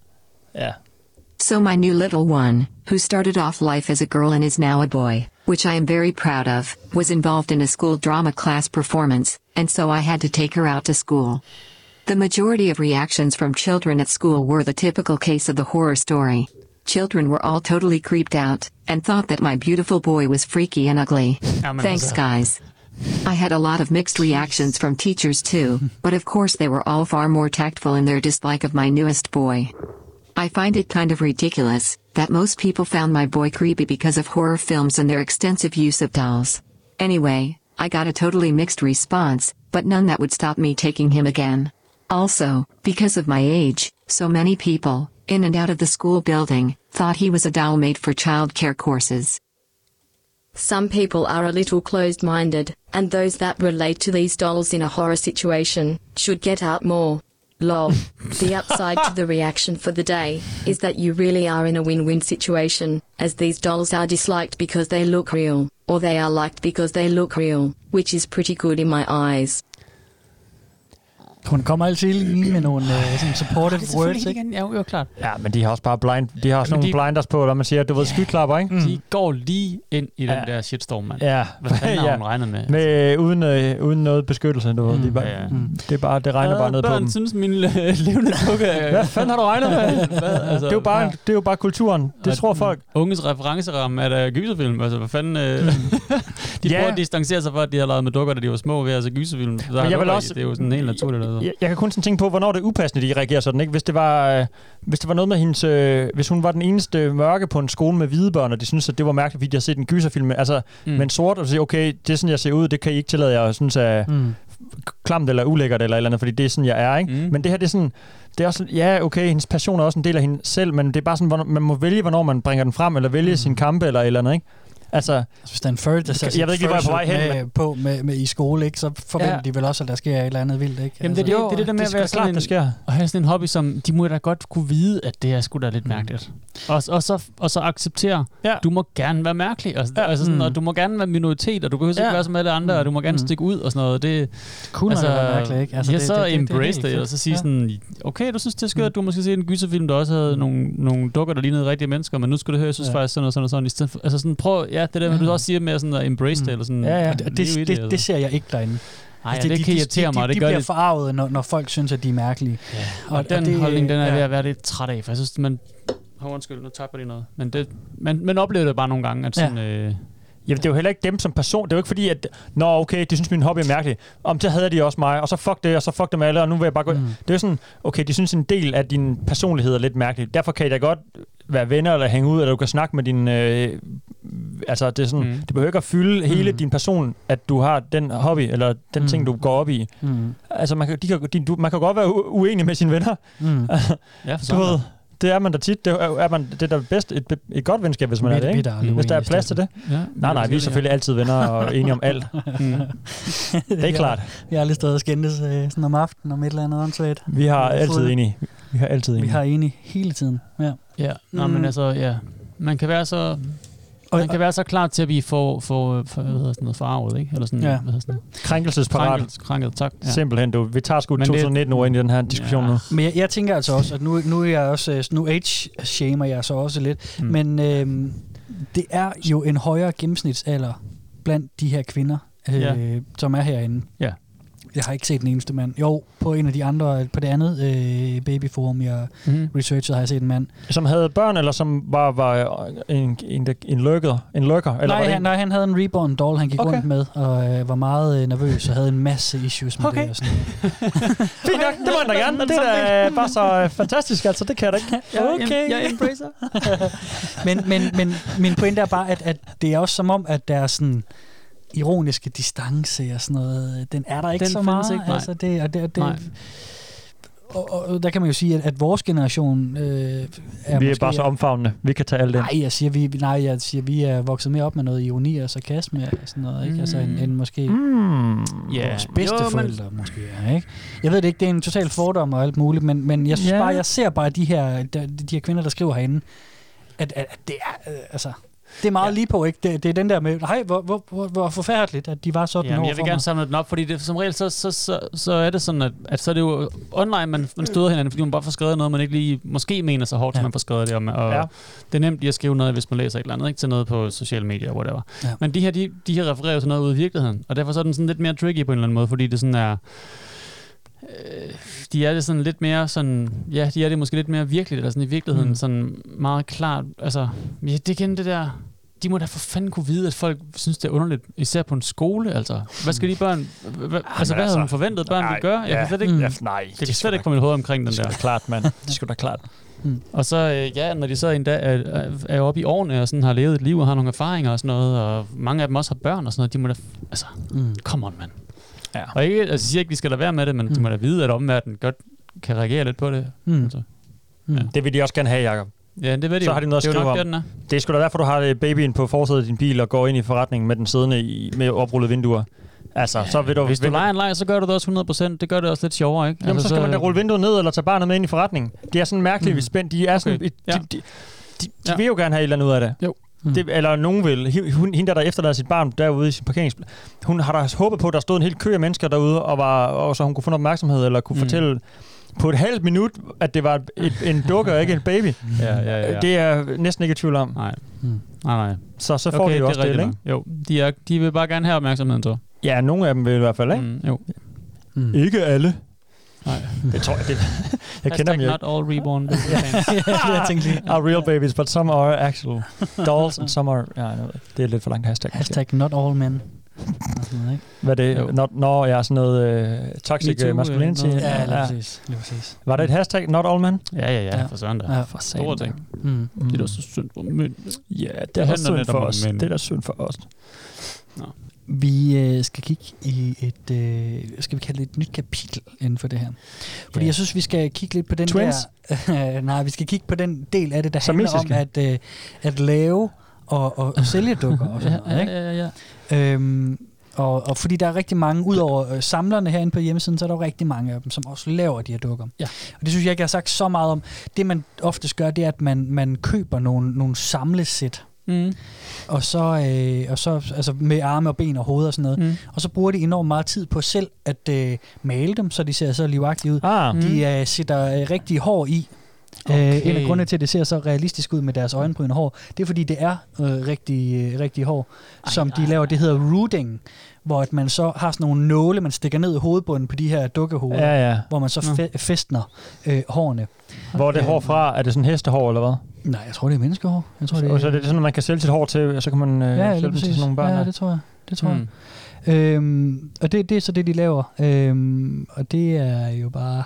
Ja. So my new little one, who started off life as a girl and is now a boy, which I am very proud of, was involved in a school drama class performance, and so I had to take her out to school. The majority of reactions from children at school were the typical case of the horror story. Children were all totally creeped out, and thought that my beautiful boy was freaky and ugly. Thanks, guys. I had a lot of mixed reactions from teachers too, but of course they were all far more tactful in their dislike of my newest boy. I find it kind of ridiculous that most people found my boy creepy because of horror films and their extensive use of dolls. Anyway, I got a totally mixed response, but none that would stop me taking him again. Also, because of my age, so many people, in and out of the school building, thought he was a doll made for child care courses. Some people are a little closed-minded, and those that relate to these dolls in a horror situation should get out more. Lol. The upside to the reaction for the day is that you really are in a win-win situation, as these dolls are disliked because they look real, or they are liked because they look real, which is pretty good in my eyes. Hun kommer altid lige med nogle uh, sådan supportive det er words, ikke? Ja, jo, jo, klart. Ja, men de har også bare blind, de har også nogle de, blinders på, hvad man siger, du ved, skyklapper, ikke? De går lige ind i den ja. der shitstorm, mand. Ja. Hvad fanden har ja. hun regnet med? med uden, øh, uden noget beskyttelse, du ved. Mm. De bare, ja, ja. mm. Det, er bare, det regner ja, bare ned på dem. Synes min levende dukke er... Hvad fanden har du regnet med? Hvad? Altså, det, er jo bare, det er jo bare kulturen. Det tror folk. Unges referenceramme er der gyserfilm. Altså, hvad fanden... Øh, de ja. prøver at distancere sig for, at de har lavet med dukker, da de var små ved at se gyserfilm. Men jeg vil også, det er jo sådan helt naturligt. Altså. Jeg, jeg kan kun sådan tænke på, hvornår det er upassende, de reagerer sådan, ikke? Hvis det var, øh, hvis det var noget med hendes... Øh, hvis hun var den eneste mørke på en skole med hvide børn, og de synes, at det var mærkeligt, fordi de har set en gyserfilm, altså, mm. men sort, og så sige, okay, det er sådan, jeg ser ud, det kan I ikke tillade jer at synes er mm. klamt eller ulækkert eller eller andet, fordi det er sådan, jeg er, ikke? Mm. Men det her, det er sådan... Det er også, ja, okay, hendes passion er også en del af hende selv, men det er bare sådan, hvornår, man må vælge, hvornår man bringer den frem, eller vælge mm. sin kampe, eller et eller andet, ikke? Altså, hvis der er en før, der jeg ved ikke, hvor jeg er på vej hen med, på med, med i skole, ikke, så forventer ja. de vel også, at der sker et eller andet vildt, ikke? Jamen det, altså, det, det, det, det der med det at være sådan klart, en, det sker. at have sådan en hobby, som de må da godt kunne vide, at det er sgu da lidt mærkeligt. Mm. Og, og, så, og så acceptere, ja. du må gerne være mærkelig, og, ja. altså sådan, mm. og du må gerne være minoritet, og du behøver ikke ja. være som alle andre, mm. og du må gerne mm. stikke ud og sådan noget. Det kunne altså, være mærkeligt, ikke? Altså, ja, det, så det, det, embrace det, det, og så sige ja. sådan, okay, du synes, det er skørt, at du måske se en gyserfilm, der også havde nogle, nogle dukker, der lignede rigtige mennesker, men nu skal du høre, jeg synes ja. faktisk sådan og sådan og sådan. I stedet for, altså sådan, prøv, ja, det der, ja. du også siger med sådan at embrace mm. det, eller sådan. Ja, ja, det, det, det, det, det ser jeg ikke derinde. Nej, altså, det, det kan irritere mig. De, de, det de gør bliver det. forarvet, når, når folk synes, at de er mærkelige. Ja. Og, og den og det, holdning, den er ja. ved at være lidt træt af, for jeg synes, man... Oh, undskyld, nu taber de noget. Men det, man, man oplever det bare nogle gange, at sådan... Ja. Øh, Ja, det er jo heller ikke dem som person. Det er jo ikke fordi, at nå, okay, de synes, min hobby er mærkelig. Om det havde de også mig, og så fuck det, og så fuck dem alle, og nu vil jeg bare gå... Mm. Det er jo sådan, okay, de synes en del af din personlighed er lidt mærkelig. Derfor kan I da godt være venner, eller hænge ud, eller du kan snakke med din... Øh, altså, det er sådan... Mm. Det behøver ikke at fylde mm. hele din person, at du har den hobby, eller den mm. ting, du går op i. Mm. Altså, man kan, de kan, de, du, man kan godt være u- uenig med sine venner. Mm. Ja, for du ved, det er man da tit. Det er, man, det er da bedst et, et godt venskab, hvis man er det, ikke? Der hvis der er plads til det. Ja. Nej, nej, vi er selvfølgelig altid venner og enige om alt. Mm. Det er klart. Vi har aldrig stået og skændtes sådan om aftenen om et eller andet åndssvagt. Vi har altid enige. Vi har altid enige. Vi har enige hele tiden. Ja. Ja. Nå, mm. men altså, ja. Man kan være så... Man kan være så klar til at blive for, for, for hvad hedder sådan noget, forarvet, ikke? Eller sådan, ja. hvad hedder sådan noget? Krænkelsesparat. Krænket, krænket, tak. Ja. Simpelthen, du. Vi tager sgu to tusind nitten år ind i den her diskussion ja. nu. Men jeg, jeg tænker altså også, at nu, nu er jeg også, nu age-shamer jeg så også lidt, mm. men øhm, det er jo en højere gennemsnitsalder blandt de her kvinder, øh, ja. som er herinde. Ja. Jeg har ikke set den eneste mand. Jo, på en af de andre, på det andet øh, babyforum, jeg mm. researchede, har jeg set en mand. Som havde børn, eller som var, var en, en, en lurker? En lurker eller nej, var han, nej, han havde en reborn doll, han gik okay. rundt med, og øh, var meget øh, nervøs, og havde en masse issues med okay. det. Og sådan. Fint nok, det må han da gerne. Det er da bare så fantastisk, altså. Det kan jeg da ikke. Okay. Jeg embracer. men, men, men min pointe er bare, at, at det er også som om, at der er sådan... ironiske distance og sådan noget, den er der ikke den så meget. Ikke, altså det, og det, det, og, og der kan man jo sige, at, at vores generation øh, er vi er måske, bare så omfavnende. Vi kan tage alt det. Nej, jeg siger, vi, nej, jeg siger, vi er vokset mere op med noget ironi og sarkasme og sådan noget, ikke? Mm. Altså en, en måske mm. yeah. vores bedsteforældre men... måske, ikke? Jeg ved det ikke, det er en total fordom og alt muligt, men, men jeg synes yeah. bare, jeg ser bare de her, de, de her kvinder, der skriver herinde, at, at, at det er, øh, altså... Det er meget ja. lige på, ikke? Det, det er den der med, hej, hvor, hvor, hvor, hvor forfærdeligt, at de var sådan Jamen, over jeg vil for gerne mig. samle den op, fordi det, som regel, så, så, så, så er det sådan, at, at så er det jo online, man, man støder hinanden, fordi man bare får skrevet noget, man ikke lige måske mener så hårdt, ja. som man får skrevet det om. Og ja. det er nemt lige at skrive noget, hvis man læser et eller andet, ikke til noget på sociale medier, whatever. Ja. Men de her, de, de her refererer til noget ude i virkeligheden, og derfor så er den sådan lidt mere tricky på en eller anden måde, fordi det sådan er... Øh, de er det sådan lidt mere sådan, ja, de er det måske lidt mere virkeligt, eller sådan i virkeligheden mm. sådan meget klart, altså, ja, det igen det der, de må da for fanden kunne vide, at folk synes, det er underligt, især på en skole, altså. Hvad skal de børn, hva, ah, altså, hvad havde hun forventet, børn ville gøre? Jeg ja, kan slet ikke, mm. nej, det kan slet ikke få mit hoved omkring den der. Det er klart, mand. Det skulle da klart. Mm. Og så, øh, ja, når de så en dag er, er, er oppe i årene, og sådan har levet et liv, og har nogle erfaringer og sådan noget, og mange af dem også har børn og sådan noget, de må da, altså, mm. come on, mand. Ja. Og ikke, altså, jeg siger ikke, vi skal lade være med det, men mm. de må da vide, at omverdenen godt kan reagere lidt på det. Mm. Altså, mm. Ja. Det vil de også gerne have, Jacob. Ja, det ved de så jo. har de noget at Det er jo skrive nok, om. der, den er. Det er sgu da derfor, du har babyen på forsædet af din bil og går ind i forretningen med den siddende i, med oprullede vinduer. Altså, ja, så vil du... Hvis du leger en leg, så gør du det også hundrede procent. Det gør det også lidt sjovere, ikke? Jamen, altså, så skal man da rulle vinduet ned eller tage barnet med ind i forretningen. Det er sådan mærkeligt, mm. spændt. De er sådan... Okay. De, Ja. de, de, de, de vil jo gerne have et eller andet ud af det. Jo. Mm. Det, eller nogen vil. Hun, hende, der, der efterlader sit barn derude i sin parkeringsplads, hun har da håbet på, at der stod en hel kø af mennesker derude, og, var, og så hun kunne få noget opmærksomhed, eller kunne mm. fortælle på et halvt minut, at det var et, en dukke og ikke en baby. Ja, ja, ja. Det er næsten ikke i tvivl om. Nej. Mm. Nej, nej. Så, så får okay, de jo det også det, ikke? Jo, de, er, de vil bare gerne have opmærksomheden, så. Ja, nogle af dem vil i hvert fald, ikke? Mm, jo. Mm. Ikke alle. Nej. Det tror jeg, det, jeg kender dem jo. Not all reborn baby fans. jeg tænkte lige. Are real babies, but some are actual dolls, and some are... Ja, det er lidt for langt hashtag. Hashtag not all men. Hvad er det? Not, når jeg er sådan noget uh, toxic uh, masculinity. Uh, ja, lige præcis. Lige præcis. Var det et hashtag, not all men? Ja, ja, ja, for sådan der. Ja, for store ting. Mm. Det er da så synd for mænd. Ja, det er også synd for os. Det er da synd for os. Nå. Vi øh, skal kigge i et, øh, skal vi kalde det et nyt kapitel inden for det her. Fordi ja. jeg synes, vi skal kigge lidt på den Twins? der... Øh, nej, vi skal kigge på den del af det, der Som handler om mesiske. at, øh, at lave og, og, og sælge dukker og sådan noget. Ikke? Ja, ja, ja. Øhm, og, og fordi der er rigtig mange, udover øh, samlerne herinde på hjemmesiden, så er der jo rigtig mange af dem, som også laver de her dukker. Ja. Og det synes jeg ikke, jeg har sagt så meget om. Det man oftest gør, det er, at man, man køber nogle, nogle samlesæt. Mm. Og så, øh, og så altså med arme og ben og hoved og sådan noget. Mm. Og så bruger de enormt meget tid på selv at øh, male dem, så de ser så livagtige ud. Ah. De øh, sætter øh, rigtig hår i. Okay. Øh, en af grundene til, at det ser så realistisk ud med deres øjenbryn og hår, det er, fordi det er øh, rigtig, øh, rigtig hår, ej, som de ej, laver. Det hedder rooting, hvor at man så har sådan nogle nåle, man stikker ned i hovedbunden på de her dukkehoveder, Ja, ja. hvor man så fe- festner øh, hårene. Hvor er det hår fra? Er det sådan hestehår, eller hvad? Nej, jeg tror, det er menneskehår. Jeg tror, det er, og så er det sådan, at man kan sælge sit hår til, og så kan man øh, ja, sælge dem til sådan nogle børn. Ja, det tror jeg. Det tror hmm. jeg. Øhm, og det, det er så det, de laver. Øhm, og det er jo bare...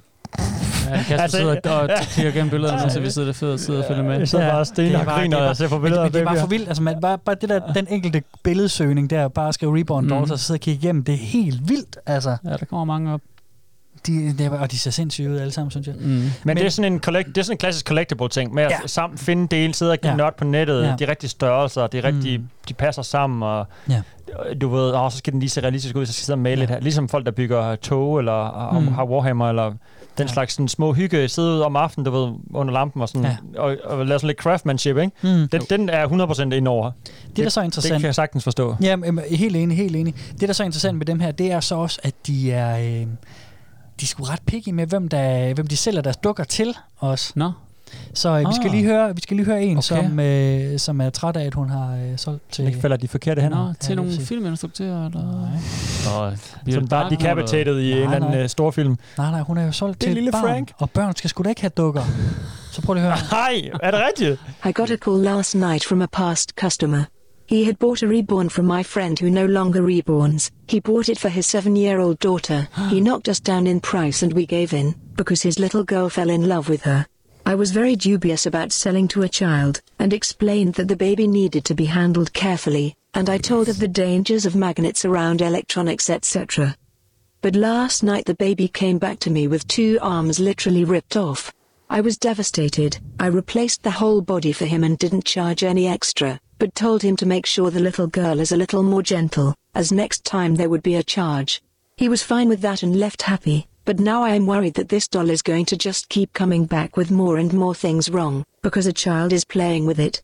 Ja, Kasper altså, sidder og kigger gennem billederne, ja, så vi sidder der fed og sidder og følger med. Så bare sten og griner og ser på billeder af babyer. Det er bare for babyer. vildt. Altså, man, bare, bare det der, den enkelte billedsøgning der, bare skrive Reborn mm. Dolls og så sidde og kigge igennem, det er helt vildt. Altså. Ja, der kommer mange op. De, de, og de ser sindssyge ud alle sammen, synes jeg. Mm. Men, Men det er sådan en collect, det er sådan en klassisk collectible ting med at ja. sammen finde dele, sidde og ja. nørde på nettet, ja. de rigtige størrelser, de rigtige, mm. de passer sammen og ja. du ved, åh, så skal den lige se realistisk ud, så skal sidde og male ja. lidt her. Ligesom folk der bygger tog eller mm. har Warhammer eller den ja. slags sådan små hygge, sidde ud om aftenen, du ved, under lampen og sådan ja. og, og lave sådan lidt craftsmanship, ikke? Mm. Den, den er hundrede procent indover. Det, det er så interessant. Det kan jeg sagtens forstå. Ja, helt enig, helt enig. Det der er så interessant med dem her, det er så også at de er øh, de er sgu ret picky med, hvem, der, hvem de sælger deres dukker til os. Nå. Så øh, ah. vi skal lige høre, vi skal lige høre en, okay. som, øh, som er træt af, at hun har øh, solgt til... Ikke falder de forkerte hænder. Nå, til ja, nogle filminstruktører, eller... Nej. Som bare decapitated i nej, en eller anden uh, stor film. Nej, nej, hun er jo solgt det til lille barn, Frank. Og børn skal sgu da ikke have dukker. Så prøv lige at høre. Nej, er det rigtigt? I got a call last night from a past customer. He had bought a reborn from my friend who no longer reborns. He bought it for his seven-year-old daughter. He knocked us down in price and we gave in, because his little girl fell in love with her. I was very dubious about selling to a child, and explained that the baby needed to be handled carefully, and I told of the dangers of magnets around electronics, et cetera. But last night the baby came back to me with two arms literally ripped off. I was devastated. I replaced the whole body for him and didn't charge any extra, but told him to make sure the little girl is a little more gentle, as next time there would be a charge. He was fine with that and left happy, but now I am worried that this doll is going to just keep coming back with more and more things wrong, because a child is playing with it.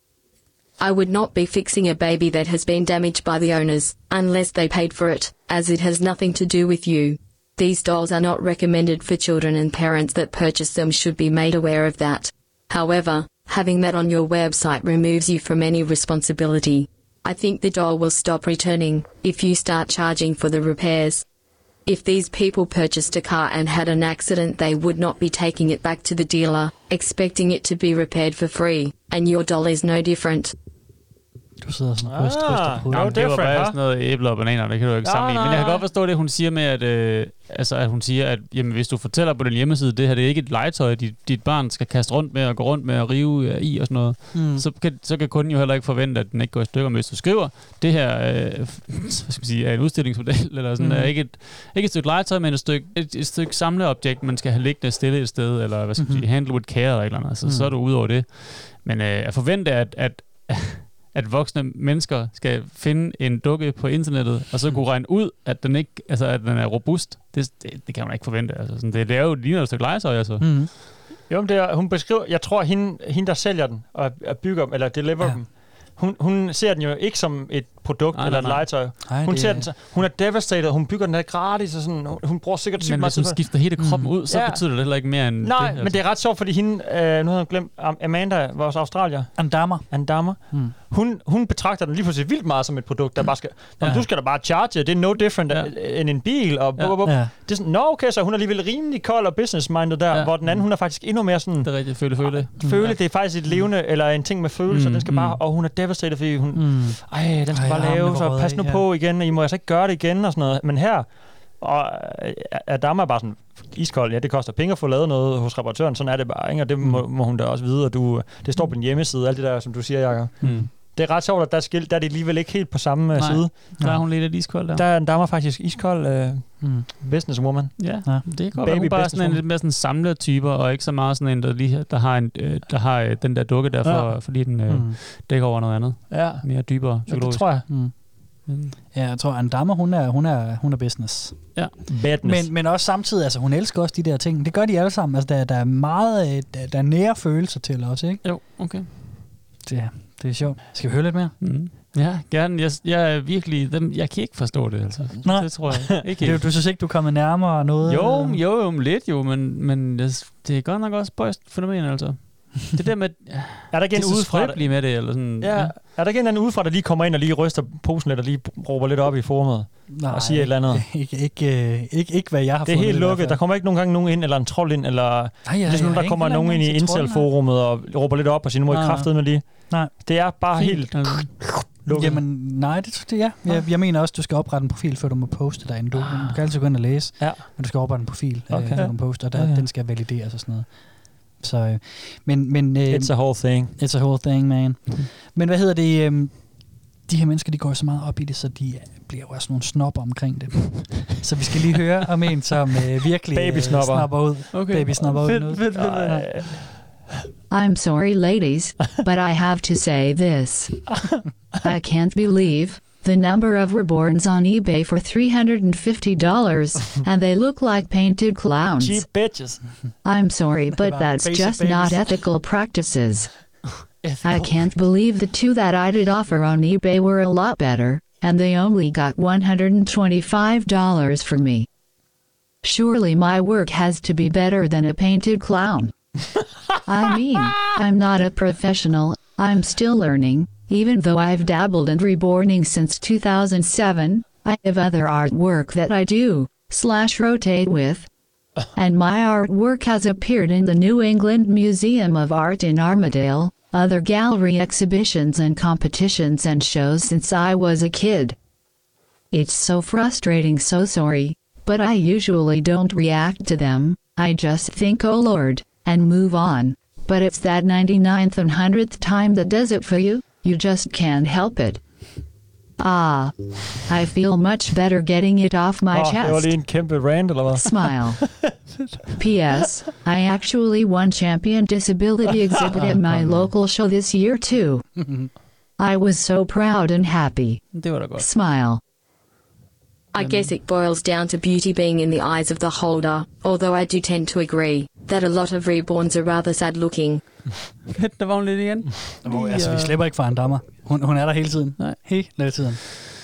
I would not be fixing a baby that has been damaged by the owners, unless they paid for it, as it has nothing to do with you. These dolls are not recommended for children, and parents that purchase them should be made aware of that. However, having that on your website removes you from any responsibility. I think the doll will stop returning if you start charging for the repairs. If these people purchased a car and had an accident, they would not be taking it back to the dealer, expecting it to be repaired for free, and your doll is no different. Du sidder sådan og Ah, ryster, ryster på Jamen, hovedet. det var bare different, sådan noget æbler og bananer, det kan du jo ikke Ja, sammenligne. Men jeg kan nej. godt forstå det, hun siger med, at, øh, altså, at hun siger, at jamen, hvis du fortæller på den hjemmeside, det her det er ikke et legetøj, dit, dit barn skal kaste rundt med og gå rundt med og rive øh, i og sådan noget, Mm. så, kan, så kan kunden jo heller ikke forvente, at den ikke går i stykker. Men hvis du skriver, det her øh, hvad skal man sige, er en udstillingsmodel, eller sådan, Mm. er ikke et, ikke et stykke legetøj, men et stykke, et, et stykke samleobjekt, man skal have liggende stille et sted, eller hvad skal man Mhm. sige, handle with care eller et eller andet. Altså, Mm. så er du ude over det. Men øh, at forvente, at, at at voksne mennesker skal finde en dukke på internettet, og så kunne regne ud, at den ikke, altså at den er robust, det, det, det kan man ikke forvente. Altså, sådan, det, det er jo ligner et stykke legetøj, altså. Mm. Jo, men det er, hun beskriver, jeg tror, hende, hende der sælger den, og, og bygger dem, eller deliver Ja. dem, hun, hun ser den jo ikke som et produkt Nej, eller et nej, nej. legetøj. Ej, Hun det ser er- den så, hun er devastated, hun bygger den der gratis, og sådan, hun, hun bruger sikkert sygt Men meget hvis hun tid på- skifter hele kroppen Mm. ud, så Ja. betyder det heller ikke mere end Nej, det. altså. men det er ret sjovt, fordi hende, øh, nu har jeg glemt, Am- Amanda, vores australier, Andammer. Andammer, Mm. hun, hun betragter den lige pludselig vildt meget som et produkt, der bare skal, ja. Ja. du skal da bare charge, det er no different Ja. ja. end en bil, og Ja. bup, bup, bup. Ja. Det er sådan, nå okay, så hun er alligevel rimelig kold og business-minded der, Ja. hvor den anden, hun er faktisk endnu mere sådan, Det er rigtigt, føle, føle. føle, det er faktisk et levende, eller en ting med følelser, Mm, den skal bare, og hun er devastated, fordi hun, Mm. ej, den skal Ej, bare armene lave, var så røget pas af, nu ja. på igen, I må altså ikke gøre det igen, og sådan noget. Men her, og øh, Adama er bare sådan iskold, ja, det koster penge at få lavet noget hos reparatøren, sådan er det bare, ikke? Og det må, må hun da også vide, og du, det står på din hjemmeside, alt det der, som du siger, Jacob. Mm. Det er ret sjovt, at der er skilt, der er det alligevel ikke helt på samme Nej. Nej. side. Der er hun lidt lidt iskold der. Der er Adama faktisk iskold øh, Mm. businesswoman. Ja, Ja. det er godt. Baby Hun er bare sådan en businesswoman. lidt mere sådan samlet typer, og ikke så meget sådan en, der, lige, der har, en, øh, der har øh, den der dukke der, for, Ja. fordi den øh, Mm. dækker over noget andet. Ja, Mere dybere ja det psykologisk. tror jeg. Mm. Mm. Ja, jeg tror, Andammer, hun er, hun er, hun er business. Badness. Men, men også samtidig, altså hun elsker også de der ting. Det gør de alle sammen. Altså, der, der er meget, øh, der, der er nære følelser til også, ikke? Jo, okay. Det, det er sjovt. Skal vi høre lidt mere? Mm. Ja, gerne. Jeg, jeg er virkelig... Dem, jeg kan ikke forstå det, altså. Nej. Det tror jeg ikke Det, helt. du synes ikke, du er kommet nærmere noget? Jo, øh? jo, jo, lidt jo, men, men det, det er godt nok også bøjst fænomen, altså. Det der med... Er der ikke det en er så udefra, der, skrøbelige med det, eller sådan... ja, er der ikke en anden udefra, der lige kommer ind og lige ryster posen lidt, og lige råber lidt op i forumet? Nej, og siger et eller andet? Ikke, ikke, ikke, ikke, ikke hvad jeg har Det er fundet. helt i hvert lukket. fald. Der kommer ikke nogen gange nogen ind, eller en trold ind, eller... Nej, ja, det er sådan, jeg der har kommer ikke nogen ind i engang til trolden, Incel-forumet og råber lidt op og siger, nu må I Nej, kraftedeme med lige. Nej. Det er bare Fint, helt altså. lukket. Jamen, nej, det, det ja. Jeg, jeg mener også, du skal oprette en profil, før du må poste derinde. Du, du kan altid gå ind og læse, Ja. men du skal oprette en profil, okay. Okay. øh, før du må poste, og der, Ja, ja. den skal valideres og sådan noget. Så, øh, men, men, øh, It's a whole thing. It's a whole thing, man. Men hvad hedder det? Øh, de her mennesker, de går jo så meget op i det, så de bliver jo også nogle snopper omkring det. Så vi skal lige høre om en, som øh, virkelig øh, Babysnopper. snopper ud. Okay. Babysnopper ud. Fedt, nu. fedt, fedt. Ja. I'm sorry, ladies, but I have to say this. I can't believe the number of reborns on eBay for three hundred fifty dollars, and they look like painted clowns. Cheap bitches. I'm sorry, but that's Basic just not babies. ethical practices. I can't believe the two that I did offer on eBay were a lot better, and they only got one hundred twenty-five dollars for me. Surely my work has to be better than a painted clown. I mean, I'm not a professional, I'm still learning, even though I've dabbled in reborning since two thousand seven, I have other artwork that I do, slash rotate with, and my artwork has appeared in the New England Museum of Art in Armadale, other gallery exhibitions and competitions and shows since I was a kid. It's so frustrating, so sorry, but I usually don't react to them, I just think oh lord, and move on, but it's that ninety-ninth and hundredth time that does it for you, you just can't help it. Ah, I feel much better getting it off my Åh, det var chest. lige en kæmpe rant, eller hvad? Smile. P S. I actually won Champion Disability Exhibit at my local show this year too. I was so proud and happy. Det var da godt. Smile. I guess it boils down to beauty being in the eyes of the holder, although I do tend to agree that a lot of reborns are rather sad looking. Fedt, der var hun lidt igen. Oh, altså, vi slipper ikke fra en dammer. Hun, hun er der hele tiden. Nej. Hele tiden.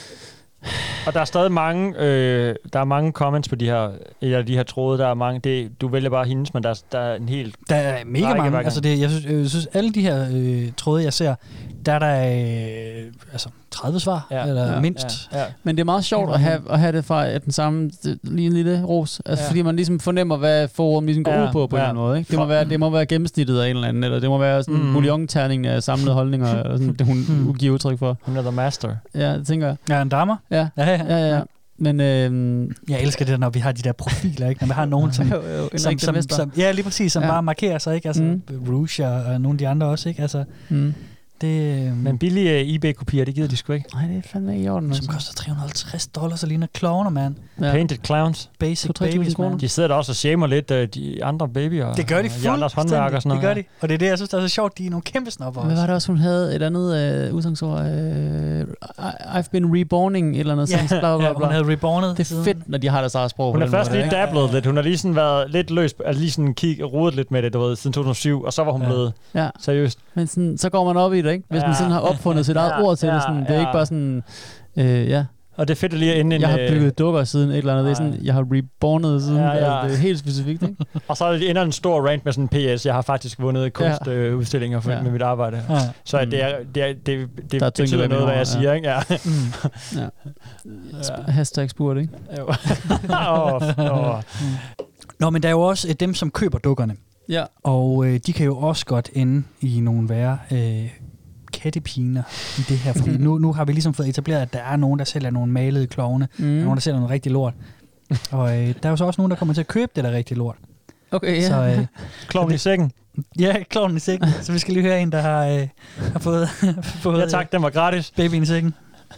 Og der er stadig mange, øh, der er mange comments på de her, eller de her tråde, der er mange, det, du vælger bare hendes, men der, er- der er en helt... Der er mega række mange. hver gang. Altså det, jeg, synes, jeg synes, alle de her øh, tråde, jeg ser, der er der øh, altså tredive svar, ja, eller ja, mindst. Ja, ja. Men det er meget sjovt at have, at have det fra den samme, lige en lille ros, altså, ja. Fordi man ligesom fornemmer, hvad forum ligesom går ja, ud på på ja. En eller anden måde. Ikke? Det, må være, det må være gennemsnittet af en eller anden, eller det må være sådan en mm. bouillon-terning af samlede holdninger, eller sådan, det hun, hun giver udtryk for. Hun er the master. Ja, det tænker jeg. Ja, en damer. Ja, ja, ja. ja, ja. Men øhm, jeg elsker det, når vi har de der profiler, ikke? Når vi har nogen, som, jo, jo, som, som, som ja, lige præcis, som ja. bare markerer sig, ikke? Altså, mm. Rouge og, og nogle af de andre også, ikke? Altså, mm. det... Øh, Men billige uh, eBay-kopier, det gider de sgu ikke. Nej, det er fandme ikke i orden. Som koster tre hundrede og halvtreds dollars og ligner klovner, mand. Ja. Painted clowns. Basic babies, man. De sidder der også og shamer lidt uh, de andre babyer. Det gør de fuldstændig. De andres håndværk og sådan noget. Det gør de. Og det er det, jeg synes, der er så sjovt. De er nogle kæmpe snopper også. Hvad var det også, hun havde et andet uh, udsangsord? Uh, I've been reborning, et eller andet. Ja, bla, bla, bla. Ja, hun havde rebornet. Det er fedt, når de har deres eget sprog. Hun er først måde, lige dabblet lidt. Hun har lige sådan været lidt løs, altså lige sådan kig, rodet lidt med det, du ved, siden to tusind og syv, og så var hun ja. blevet ja. seriøst. Men sådan, så går man op i det, ikke? Hvis ja. Man sådan har opfundet sit eget ja. Ord til ja. Det, sådan, det er ja. Ikke bare sådan, øh, ja. Og det er fedt lige at ende en... Jeg har bygget dukker siden et eller andet. Det er sådan, jeg har rebornet siden. Ja, ja. Altså, det er helt specifikt, ikke? Og så ender en stor rant med sådan en P S. Jeg har faktisk vundet kunstudstillinger ja. med mit arbejde. Ja. Så det, er, det, er, det, det der betyder noget, hvad jeg siger, ikke? Ja. ja. ja. Hashtag spurgt, ikke? oh, oh. Nå, men der er jo også dem, som køber dukkerne. Ja. Og øh, de kan jo også godt ende i nogle værre... Øh, kattepiner i det her, fordi nu, nu har vi ligesom fået etableret, at der er nogen, der sælger nogle malede klovne, mm. og nogen, der sælger noget rigtig lort. Og øh, der er jo så også nogen, der kommer til at købe det der rigtig lort. Okay, ja. Så, øh, klovnen i sækken. Ja, klovnen i sækken. Så vi skal lige høre en, der har, øh, har fået... fået ja tak, den var gratis. Babyen i sækken.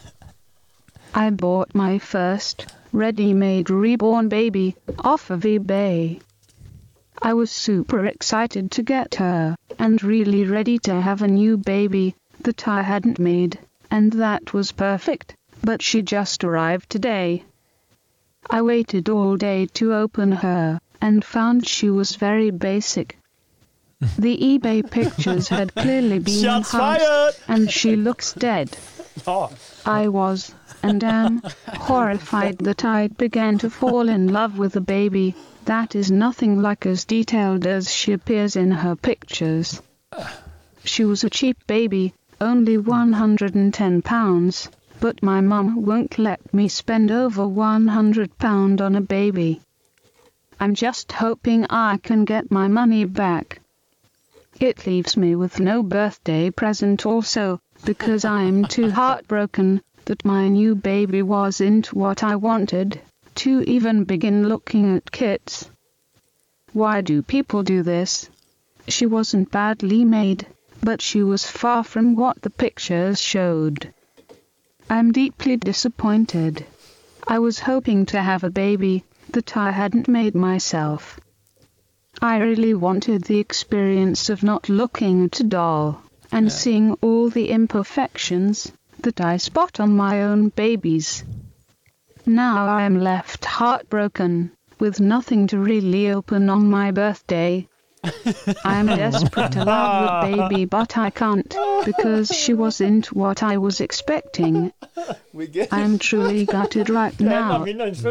I bought my first ready-made reborn baby off of eBay. I was super excited to get her, and really ready to have a new baby that I hadn't made, and that was perfect, but she just arrived today. I waited all day to open her, and found she was very basic. The eBay pictures had clearly been Shots enhanced, fired! and she looks dead. Oh. I was, and am, horrified that I began to fall in love with a baby that is nothing like as detailed as she appears in her pictures. She was a cheap baby, only one hundred ten pounds, but my mum won't let me spend over one hundred pounds on a baby. I'm just hoping I can get my money back. It leaves me with no birthday present also, because I'm too heartbroken that my new baby wasn't what I wanted to even begin looking at kits. Why do people do this? She wasn't badly made, but she was far from what the pictures showed. I'm deeply disappointed. I was hoping to have a baby that I hadn't made myself. I really wanted the experience of not looking at a doll and yeah. seeing all the imperfections that I spot on my own babies. Now I am left heartbroken, with nothing to really open on my birthday. I'm desperate to love the baby, but I can't, because she wasn't what I was expecting. I'm truly gutted right now.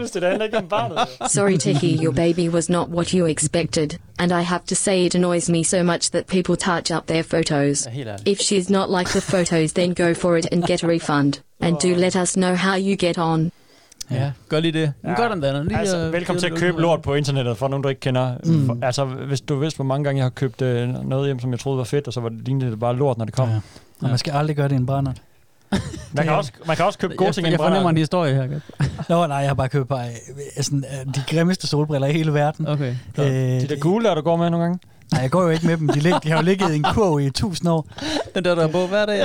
Sorry, Tiki, your baby was not what you expected, and I have to say it annoys me so much that people touch up their photos. If she's not like the photos, then go for it and get a refund. And do let us know how you get on. Ja, gør lige det. Ja. Gør den der. Lige, altså, uh, velkommen til at købe lort på internettet, for nogen, du ikke kender. Mm. For, altså, hvis du vidste, hvor mange gange jeg har købt uh, noget hjem, som jeg troede var fedt, og så var det lignende det bare lort, når det kom. Ja. Og ja. Man skal aldrig gøre det i en brænder. Man kan, også, man kan også købe gode ting i en brænder. Jeg fornemmer en historie her. Nå, nej, jeg har bare købt bare, sådan, de grimmeste solbriller i hele verden. Okay. Øh, de der gule der, du går med nogle gange? Nej, jeg går jo ikke med dem. De, lig, de har jo ligget i en kurv i tusind år. Den der, der er på hver dag.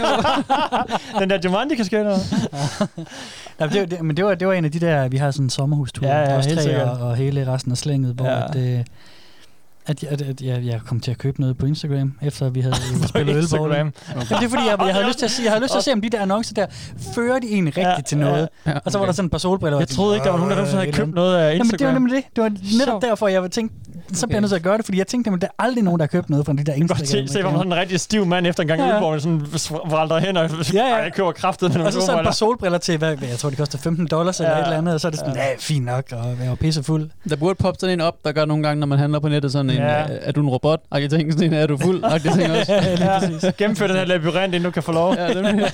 Den der Jumanji kan ske noget. Nej, det, det, men det var, det var en af de der, vi har sådan en sommerhustur. Ja, ja, også tre og, og hele resten af slænget, hvor ja. at, at, at, at jeg, jeg kom til at købe noget på Instagram, efter vi havde spillet ølbowl. Okay. Det er fordi, jeg, jeg havde lyst til at se, jeg havde lyst til at se, om de der annoncer der, fører de egentlig rigtigt ja, til noget. Ja, ja, okay. Og så var der sådan et par solbriller. Jeg troede ikke, der var nogen, der havde købt noget af Instagram. Jamen, det var nemlig det. Det var netop derfor, jeg tænkte, så bliver jeg nødt til at gøre det, fordi jeg tænkte, at der er aldrig nogen, der har købt noget fra de der engelske. Se, se hvor man sådan en rigtig stiv mand efter en gang ja. udborgen, sådan vralder hen, og ja, ja. jeg køber kraftet med nogle og så så et par solbriller til, hvad, jeg tror, det koster femten dollars eller ja. et eller andet, og så er det sådan, ja, fint nok, og jeg var pissefuld. Der burde poppe sådan en op, der gør nogle gange, når man handler på nettet, sådan en, ja. er du en robot? Og jeg tænker sådan en, er du fuld? Og jeg tænker også, ja, gennemfør den her labyrint, inden du kan få lov. Ja, det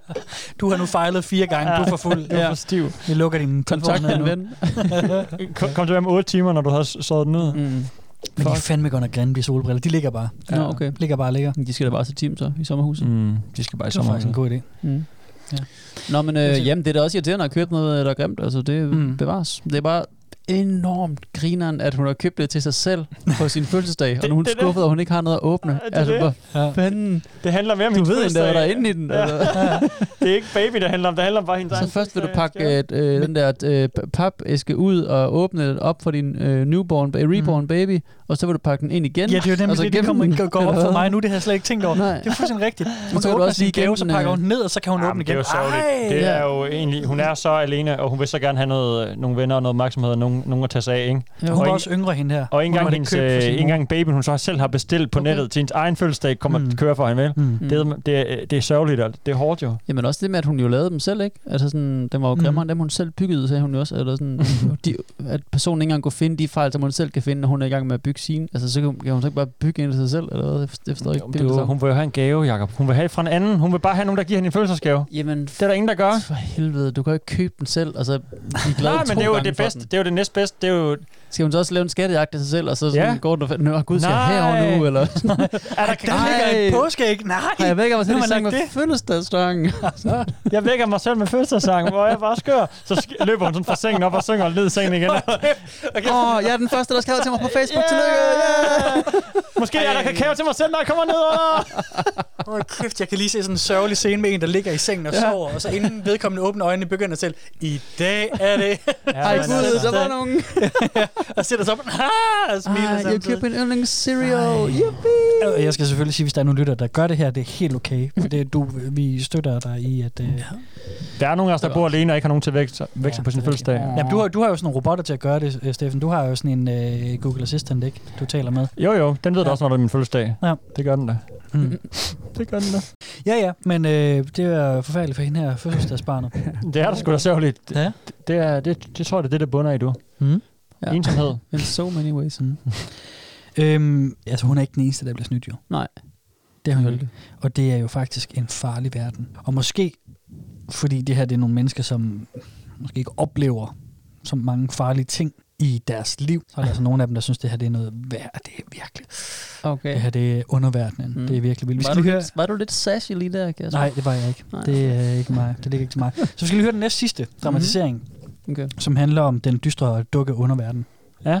du har nu fejlet fire gange, ja. du er for fuld. Du er for stiv. Vi lukker din kontakt med en ven. Kom, kom tilbage med otte timer, når du har såret den ud. Mm. Men de er fandme godt nok grimme, de solbriller. De ligger bare. Ja, ja okay. Ligger bare og ligger. De skal da bare til team så i sommerhuset. Mm. De skal bare i sommerhuset. Det er faktisk en god idé. Mm. Ja. Nå, men øh, jamen, det er da også irriterende at købe noget, der er grimt. Altså, det mm. bevares. Det er bare enormt grineren, at hun har købt det til sig selv på sin fødselsdag, og nu er hun skuffet, og hun ikke har noget at åbne. Det, altså, det. Hvor fanden? Det handler mere om du min ved fødselsdag. Du ved endda, hvad der er inde i den. Ja. Altså. Det er ikke baby, der handler om. Det handler om bare hendes egen. Så først vil du pakke et, øh, den der øh, papæske ud og åbne den op for din øh, newborn, reborn mm. baby, og så vil du pakke den ind igen. Ja, det er jo nemlig det, det kommer, går op for mig nu. Det har jeg slet ikke tænkt over. Nej. Det er fuldstændig rigtigt. Hun så kan åbne sin gave, så pakker hun den ned, og så kan hun Jamen, åbne igen. Det er jo sørgeligt. Det er jo egentlig, hun er så alene, og hun vil så gerne have noget, nogle venner og noget opmærksomhed, og nogen, nogen at tage sig af, ikke? Ja, hun var også yngre hende her. Og ikke engang hendes, øh, engang baby, hun så selv har bestilt på okay. nettet til hendes egen fødselsdag, kommer mm. køre for hende, vel? Mm. Det, er, det, er, det er sørgeligt, altså. Det er hårdt jo. Jamen også det med, at hun jo lavede dem selv, ikke? Altså sådan, den var jo grimmere end dem, hun selv byggede, sagde hun jo også. Eller sådan, de, at personen ikke engang kunne finde de fejl, som hun selv kan finde, når hun er i gang med at bygge sin. Altså så kan hun, kan hun så ikke bare bygge ind i sig selv, eller hvad? Det forstår ikke. Det jo, hun vil jo have en gave, Jacob. Hun vil have fra en anden. Hun vil bare have nogen, der giver hende en fødselsdagsgave. Jamen, det er der ingen, der gør. For helvede, du kan jo ikke købe den selv. Altså, de er glade Nej, men det er jo det bedste. Det er jo det næstbedste. Det er jo... Skal hun så også lave en skattejagt af sig selv, og så sådan, ja. går du og Gud siger herovre nu, eller? Er der, der ligger et påskeæg? Nej! Har jeg vækker mig selv i seng med fødselsdagssangen? Jeg vækker mig selv med fødselsdagssangen, hvor jeg bare skør. Så løber hun sådan fra sengen op og synger ned i sengen igen. Åh, okay. okay. oh, jeg er den første, der skrev til mig på Facebook. Yeah. Tillykke! Yeah. Måske er der kakao til mig selv, når jeg kommer ned under. Åh, oh, kæft, jeg kan lige se sådan en sørgelig scene med en, der ligger i sengen og ja. sover, og så inden vedkommende åbner øjnene, begynder til, i dag er det... Ej gud, der var nogen. Og sætter sig op og smiler ah, jeg køber en yndlings cereal. Yippie! Jeg skal selvfølgelig sige, hvis der er nogle lytter, der gør det her, det er helt okay. For det, du, vi støtter dig i, at... Uh... Der er nogen af os, der bor alene og ikke har nogen til at vækse, vækse ja, på sin fødselsdag. Jamen, du har, du har jo sådan nogle robotter til at gøre det, Steffen. Du har jo sådan en uh, Google Assistant, ikke? Du taler med. Jo, jo. Den ved ja. du også, når det er min fødselsdag. Ja. Det gør den da. Mm. Det gør den da. Ja, ja. Men øh, det er forfærdeligt for hende her fødselsdagsbarnet. Det er da sgu da sørgeligt. Ja. Det, det, er, det, det tror jeg, det er det, der bunder i, du. Mm. Ja. Ensomhed. In so many ways. Mm. øhm, altså, hun er ikke den eneste, der bliver snydt, jo. Nej. Det er hun ikke. Og det er jo faktisk en farlig verden. Og måske, fordi det her det er nogle mennesker, som måske ikke oplever så mange farlige ting i deres liv, så er der altså nogle af dem, der synes, det her det er noget værd. Det er virkelig. Okay. Det her det er underverdenen. Mm. Det er virkelig vildt. Var, du høre... var du lidt sassy lige der, Kasper? Nej, det var jeg ikke. Nej. Det er ikke mig. Det ligger ikke til mig. Så vi skal lige høre den næste sidste dramatisering, mm-hmm. okay. som handler om den dystre dukke underverden. Ja.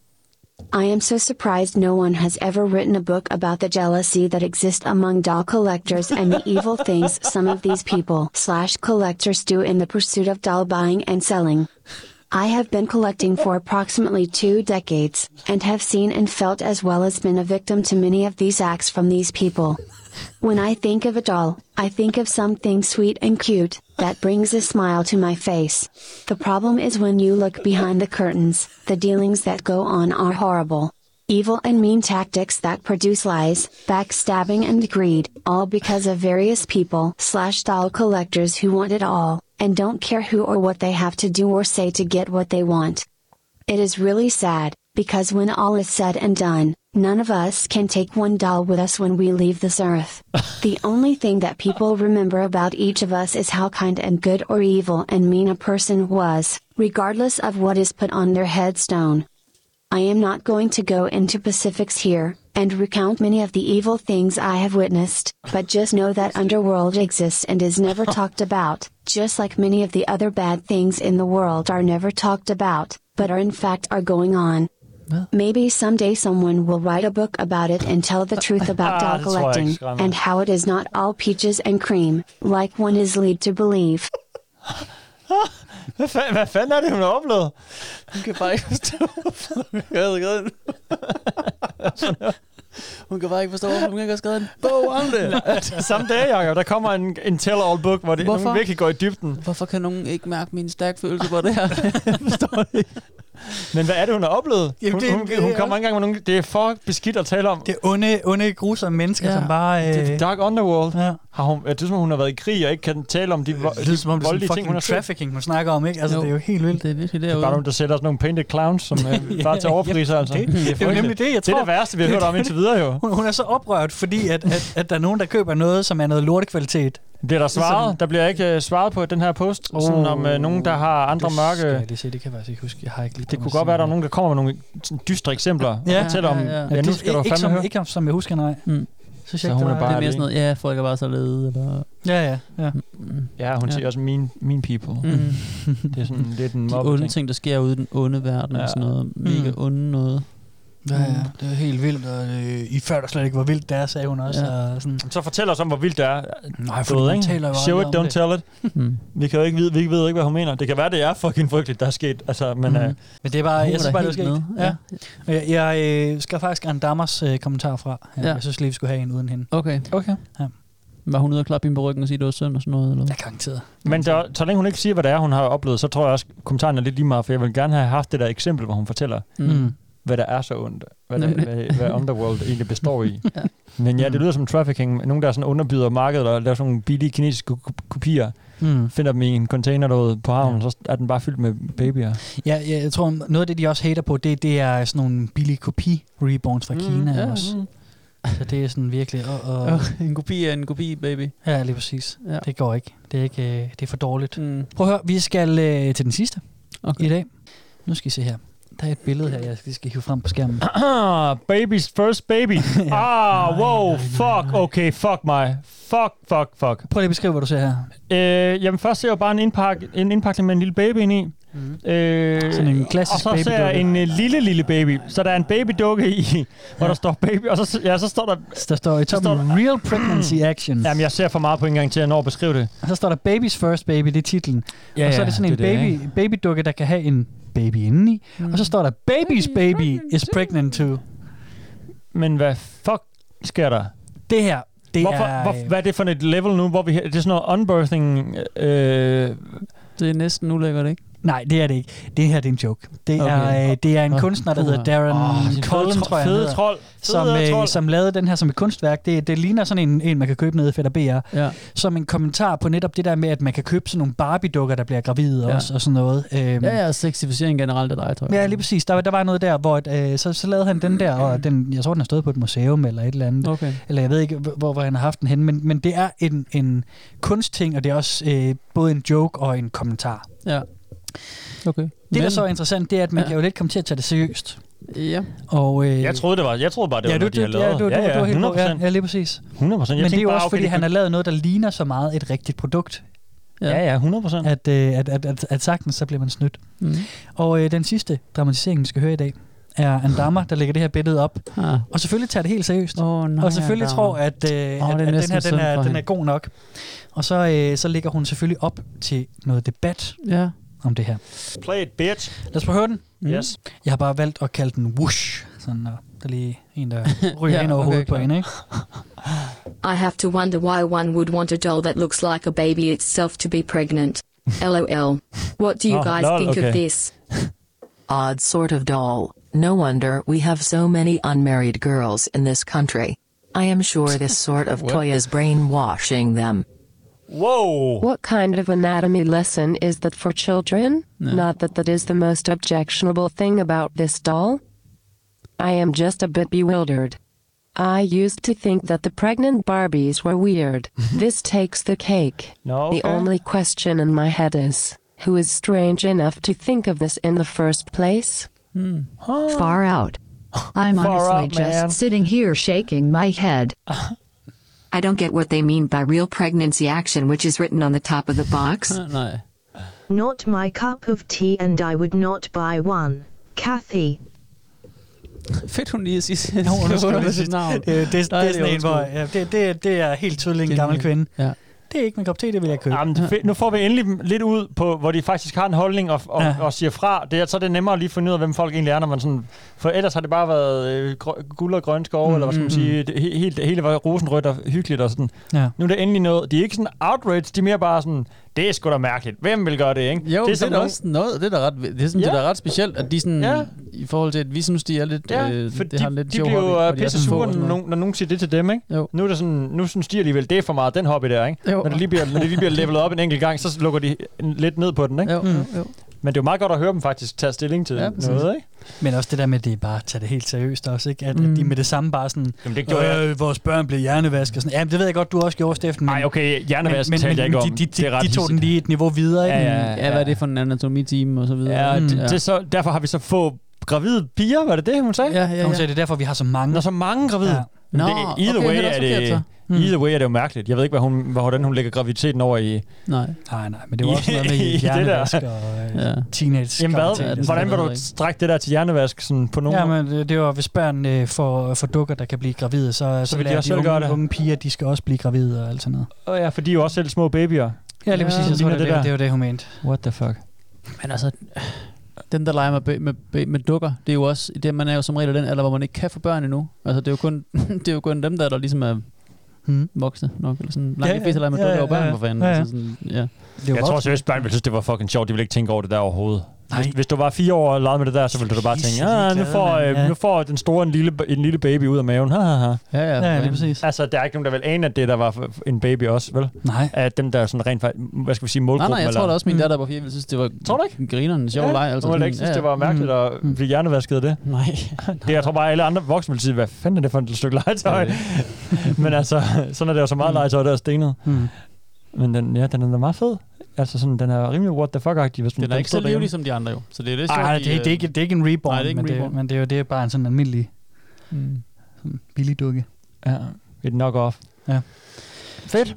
I am so surprised no one has ever written a book about the jealousy that exists among doll collectors and the evil things some of these people slash collectors do in the pursuit of doll buying and selling. I have been collecting for approximately two decades, and have seen and felt as well as been a victim to many of these acts from these people. When I think of a doll, I think of something sweet and cute, that brings a smile to my face. The problem is when you look behind the curtains, the dealings that go on are horrible. Evil and mean tactics that produce lies, backstabbing and greed, all because of various people slash doll collectors who want it all, and don't care who or what they have to do or say to get what they want. It is really sad, because when all is said and done, none of us can take one doll with us when we leave this earth. The only thing that people remember about each of us is how kind and good or evil and mean a person was, regardless of what is put on their headstone. I am not going to go into specifics here, and recount many of the evil things I have witnessed, but just know that underworld exists and is never talked about, just like many of the other bad things in the world are never talked about, but are in fact are going on. Maybe someday someone will write a book about it and tell the truth about doll collecting, and how it is not all peaches and cream, like one is led to believe. Hvad fanden, hvad fanden er det, hun har oplevet? Hun kan bare ikke forstå, hvorfor hun har skrevet en... Hun kan bare ikke forstå, hvorfor hun ikke har skrevet en bog om det. Samme dag, Jacob, der kommer en, en tell-all-book, hvor det nogen virkelig går i dybden. Hvorfor kan nogen ikke mærke min stærke følelse på det her? Jeg forstår det ikke. Men hvad er det, hun har oplevet? Jamen, hun, det- hun, det hun er kommer ikke engang med nogen... Det er for beskidt at tale om. Det er onde, onde grusomme mennesker, Ja. som bare... Øh, Det er the dark underworld. Ja. Har hun, er det som om, hun har været i krig og ikke kan tale om de, vo- Det lyder som om, det er sådan voldelige ting, fucking hun har set? trafficking, hun snakker om, ikke? Altså, Jo. det er jo helt vildt. Det er virkelig Det er derude. bare nogen, der sætter sådan nogle painted clowns, som øh, bare tager overpriser, altså. Det, det, det er jo nemlig det, jeg Det er tror. det værste, vi har hørt om indtil videre, jo. Hun, hun er så oprørt, fordi at, at, at der er nogen, der køber noget, som er noget lortekvalitet. Bliver der svaret? Der bliver ikke uh, svaret på den her post, oh, sådan om uh, nogen, der har andre det mørke... Skal jeg lige se, det kan jeg faktisk ikke huske. Jeg har ikke lige Det kunne godt være, at der er nogen, der kommer med nogle sådan dystre eksempler Ja. og fortæller om, ja, ja, ja. ja nu skal du ikke, fandme som, høre. ikke som jeg husker, nej. Mm. Synes Så jeg ikke, hun det er var- Det er bare mere sådan noget, ja, folk er bare så lede, eller... Ja, ja, ja. Ja, hun Ja. siger også mean, mean people. Mm. Det er sådan lidt en De mobbe onde ting. ting, der sker ude i den onde verden, Ja. og sådan noget mega onde noget. Ja, ja, det er helt vildt, og øh, I fatter slet ikke, hvor vildt det er, sagde hun også. Ja. Og sådan. Så fortæl os om, hvor vildt det er. Nej, Du ved, man ikke? taler jo Show it, aldrig om don't det. tell it. Mm. Vi kan jo ikke vide, vi ved ikke, hvad hun mener. Det kan være, det er fucking frygteligt, der er sket. Altså, men, Mm. uh, Men det er bare, Hun jeg er synes da bare, det er helt sket. med. Ja. Og Jeg, jeg øh, skal faktisk en Dammers øh, kommentar fra. Ja. Ja. Jeg synes lige, vi skulle have en uden hende. Okay. Okay. Ja. Var hun ude og klappe hende på ryggen og sige, det var synd og sådan noget? Eller? Jeg er garanteret. men der, så længe hun ikke siger, hvad det er, hun har oplevet, så tror jeg også, kommentaren er lidt lige meget, for jeg vil gerne have haft det der eksempel, hvor hun fortæller, Mm. hvad der er så ondt. Hvad, det, Nemlig. hvad, hvad Underworld egentlig består i. Ja. Men ja, det lyder som trafficking. Nogen, der sådan underbyder markedet og laver sådan nogle billige kinesiske ko- kopier, Mm. finder dem i en container derude på havnen, så er den bare fyldt med babyer. Ja, ja, jeg tror, noget af det, de også hater på, det, det er sådan nogle billige kopi-reborns fra Kina ja, også. mm. Så det er sådan virkelig... Og, og, Oh, en kopi af en kopi, baby. ja, lige præcis. Ja. Det går ikke. Det er, ikke, øh, det er for dårligt. Mm. Prøv at høre, vi skal øh, til den sidste Okay. i dag. Nu skal I se her. Der er et billede her, jeg skal, skal hive frem på skærmen. Ah, baby's first baby. Ah, wow, fuck, okay, fuck mig. Fuck, fuck, fuck. Prøv lige at beskrive, hvad du ser her. Øh, jamen først ser jeg bare en, indpak, en indpakning med en lille baby ind i. Mm. Øh, Sådan en klassisk og så ser jeg babydukke. en uh, lille, lille baby. Så der er en babydukke i, hvor Ja. der står baby, og så, ja, så står der... Der står i toppen, står der- Real Pregnancy Action. Jamen, jeg ser for meget på en gang til at nå at beskrive det. Og så står der Baby's First Baby, det er titlen. Ja, og så er ja, det sådan en det er det, baby, babydukke, der kan have en baby indeni. Mm. Og så står der, Baby's baby is pregnant too. Men hvad fuck sker der? Det her, det Hvorfor, er... hvor, hvad er det for et level nu, hvor vi... Det er sådan noget unbirthing... Øh, Det er næsten ulækkert, ikke? Nej, det er det ikke. Det her det er en joke. Det, Okay. er, øh, det er en Åh, kunstner, der puha. hedder Darren Åh, oh, fede Collum, tro- tror jeg, han fede hedder, trold. som, Fede øh, trold. som lavede den her som et kunstværk. Det, det ligner sådan en, en, man kan købe nede i Fætter B R. Ja. Som en kommentar på netop det der med, at man kan købe sådan nogle Barbie-dukker, der bliver gravide Ja. også, og sådan noget. Øhm, Ja, ja, sexificering generelt af dig, tror jeg. Ja, lige præcis. Der, var- der var noget der, hvor øh, så, så lavede han den der, og den, jeg tror, den har stået på et museum eller et eller andet. Okay. Eller jeg ved ikke, hvor, hvor han har haft den henne, men, men det er en, en kunstting, og det er også øh, både en joke og en kommentar. Ja. Okay. Det, der Men- så er interessant, det er, at man Ja. kan jo lidt komme til at tage det seriøst. Ja. Og, øh, jeg troede, det var, jeg troede bare, det var ja, du, noget, de du, havde ja, lavet. du, du, ja, ja, du er helt hundrede på, ja, procent. ja, lige præcis. hundrede procent. Jeg Men det er tænkte jo bare, også, okay, fordi det han kunne- har lavet noget, der ligner så meget et rigtigt produkt, Ja, ja, hundrede procent. at, øh, at, at, at, at sagtens så bliver man snydt. Mm. Og øh, den sidste dramatisering, vi skal høre i dag, er Andama, der lægger det her billede op. Ah. Og selvfølgelig tager det helt seriøst. Oh, nej, og selvfølgelig Andama. tror, at, øh, Åh, at, det er at den næsten her den synd er, for den er hende. god nok. Og så, øh, så lægger hun selvfølgelig op til noget debat Ja. om det her. Play it, bitch. Lad os prøve at høre den. Mm. Yes. Jeg har bare valgt at kalde den whoosh. Sådan, og der er lige en, der ryger Ja, ind over okay, hovedet på klar. hende, ikke? I have to wonder why one would want a doll that looks like a baby itself to be pregnant. LOL. What do you Oh, guys lol, think okay. of this? Odd sort of doll. No wonder we have so many unmarried girls in this country. I am sure this sort of toy is brainwashing them. Whoa! What kind of anatomy lesson is that for children? No. Not that that is the most objectionable thing about this doll. I am just a bit bewildered. I used to think that the pregnant Barbies were weird. This takes the cake. No, The okay. only question in my head is, who is strange enough to think of this in the first place? Hmm. Far out. I'm Far honestly out, just man. sitting here shaking my head. I don't get what they mean by real pregnancy action, which is written on the top of the box. Nej. Not my cup of tea, and I would not buy one. Kathy. Fedt, hun lige at sige Hun underskriver sit sit navn. Det, det, det, det er Dejligt sådan en, hvor underskrevet. ja, det, det, det er helt tydeligt en gammel kvinde. Ja. Det er ikke min kop te, det vil jeg købe. Jamen, det er fedt. Nu får vi endelig lidt ud på, hvor de faktisk har en holdning og, og, Ja. ja. og siger fra. Det er, så er det nemmere at lige finde ud af, hvem folk egentlig er, når man sådan... For ellers har det bare været øh, grø- guld og grønne skove, mm, eller hvad skal man mm, sige, det, he- helt, hele var rosenrødt og hyggeligt og sådan. Ja. Nu er det endelig noget... De er ikke sådan outraged, de er mere bare sådan... Det er sgu da mærkeligt. Hvem vil gøre det, ikke? Jo, det er, det er også noget, det er da ret, det er sådan, ja. det er da ret specielt, at de sådan, ja. i forhold til, at vi synes, de er lidt, ja, øh, for det de, har lidt de sjov bliver hobby, jo og de er pisse sådan få sure, og sådan når, noget. når nogen siger det til dem, ikke? Jo. Nu, er det sådan, nu synes de alligevel, det er for meget, den hobby der, ikke? Jo. Når det lige bliver, når det lige bliver levelet op en enkelt gang, så lukker de lidt ned på den, ikke? Jo, mm. jo. Men det er jo meget godt at høre dem faktisk tage stilling til ja, noget, ikke? Men også det der med, at det er bare at tage det helt seriøst også, ikke? At, mm. at de med det samme bare sådan, Jamen, det gjorde øh, vores børn blev hjernevasket. Sådan. Jamen, det ved jeg godt, du også gjorde, Steffen. Nej, okay, hjernevask talte jeg ikke om. De, de, de, det er ret de tog den lige et niveau videre, ikke? Ja, ja, ja. ja, hvad er det for en anatomiteam og så videre? Ja, mm. det, ja. det så, derfor har vi så få gravide piger, var det det, hun sagde? Ja, ja, ja. Hun sagde, det er derfor, vi har så mange. Når så mange gravide. Ja. Nå, det, either okay, way det er er forkert, det, Mm. either way er det jo mærkeligt. Jeg ved ikke, hvad hun, hvordan hun lægger graviditeten over i... Nej. Nej, nej, men det var også noget med hjernevask og ja. teenage. Jamen hvad? Hvordan vil du strække det der til hjernevask sådan på nogen? Ja, men det, det var, hvis børn øh, får, får dukker, der kan blive gravide, så, så, så vil de, også de unge, det. unge piger, de skal også blive gravide og alt sådan noget. Og ja, for de er jo også selv små babyer. Ja, lige præcis. Ja, jeg tror, det, det, det, det var det, hun mente. What the fuck? Men altså... Dem, der leger med, med, med, med dukker, det er jo også, det, man er jo som regel den alder, hvor man ikke kan få børn endnu. Altså, det er jo kun, det er jo kun dem, der, der ligesom er hmm. voksne nok, eller sådan. Langt de fleste leger med dukker og børn, for fanden. Ja, ja. Altså, sådan, ja. Jeg tror seriøst, børn ville synes, det var fucking sjovt. De ville ikke tænke over det der overhovedet. Hvis, hvis du var fire år og legede med det der, så ville du bare tænke, ah, nu, får, øh, ja. nu får den store en lille, en lille baby ud af maven. Ha, ha, ha. Ja, ja, ja, det er præcis. Altså, der er ikke nogen, der vil ane, at det der var en baby også, vel? Nej. At dem, der sådan rent faktisk, hvad skal vi sige, målgruppen? Nej, nej, jeg eller? tror da også, min datter var fire, jeg ville synes, det var tror du ikke? grineren, en sjov ja. leg. Altså, Hun ville ikke synes, ja. det var mærkeligt at blive hjernevasket af det. Nej. Det, jeg tror bare, alle andre voksne ville sige, hvad fanden er det for et stykke legetøj? Men altså, sådan er det jo så meget legetøj, der er stenet. Mm. Men den, ja, den er meget fed. Altså sådan, den er rimelig what the fuck-agtig. Hvis den er ikke så livlig som de andre jo. Så det er det sjovt. Nej, det, det, er ikke, det er ikke en reborn, nej, det er ikke men, reborn. Det, men det er jo det er bare en sådan almindelig mm. sådan billig dukke. Ja, et knock-off. Ja. Fedt.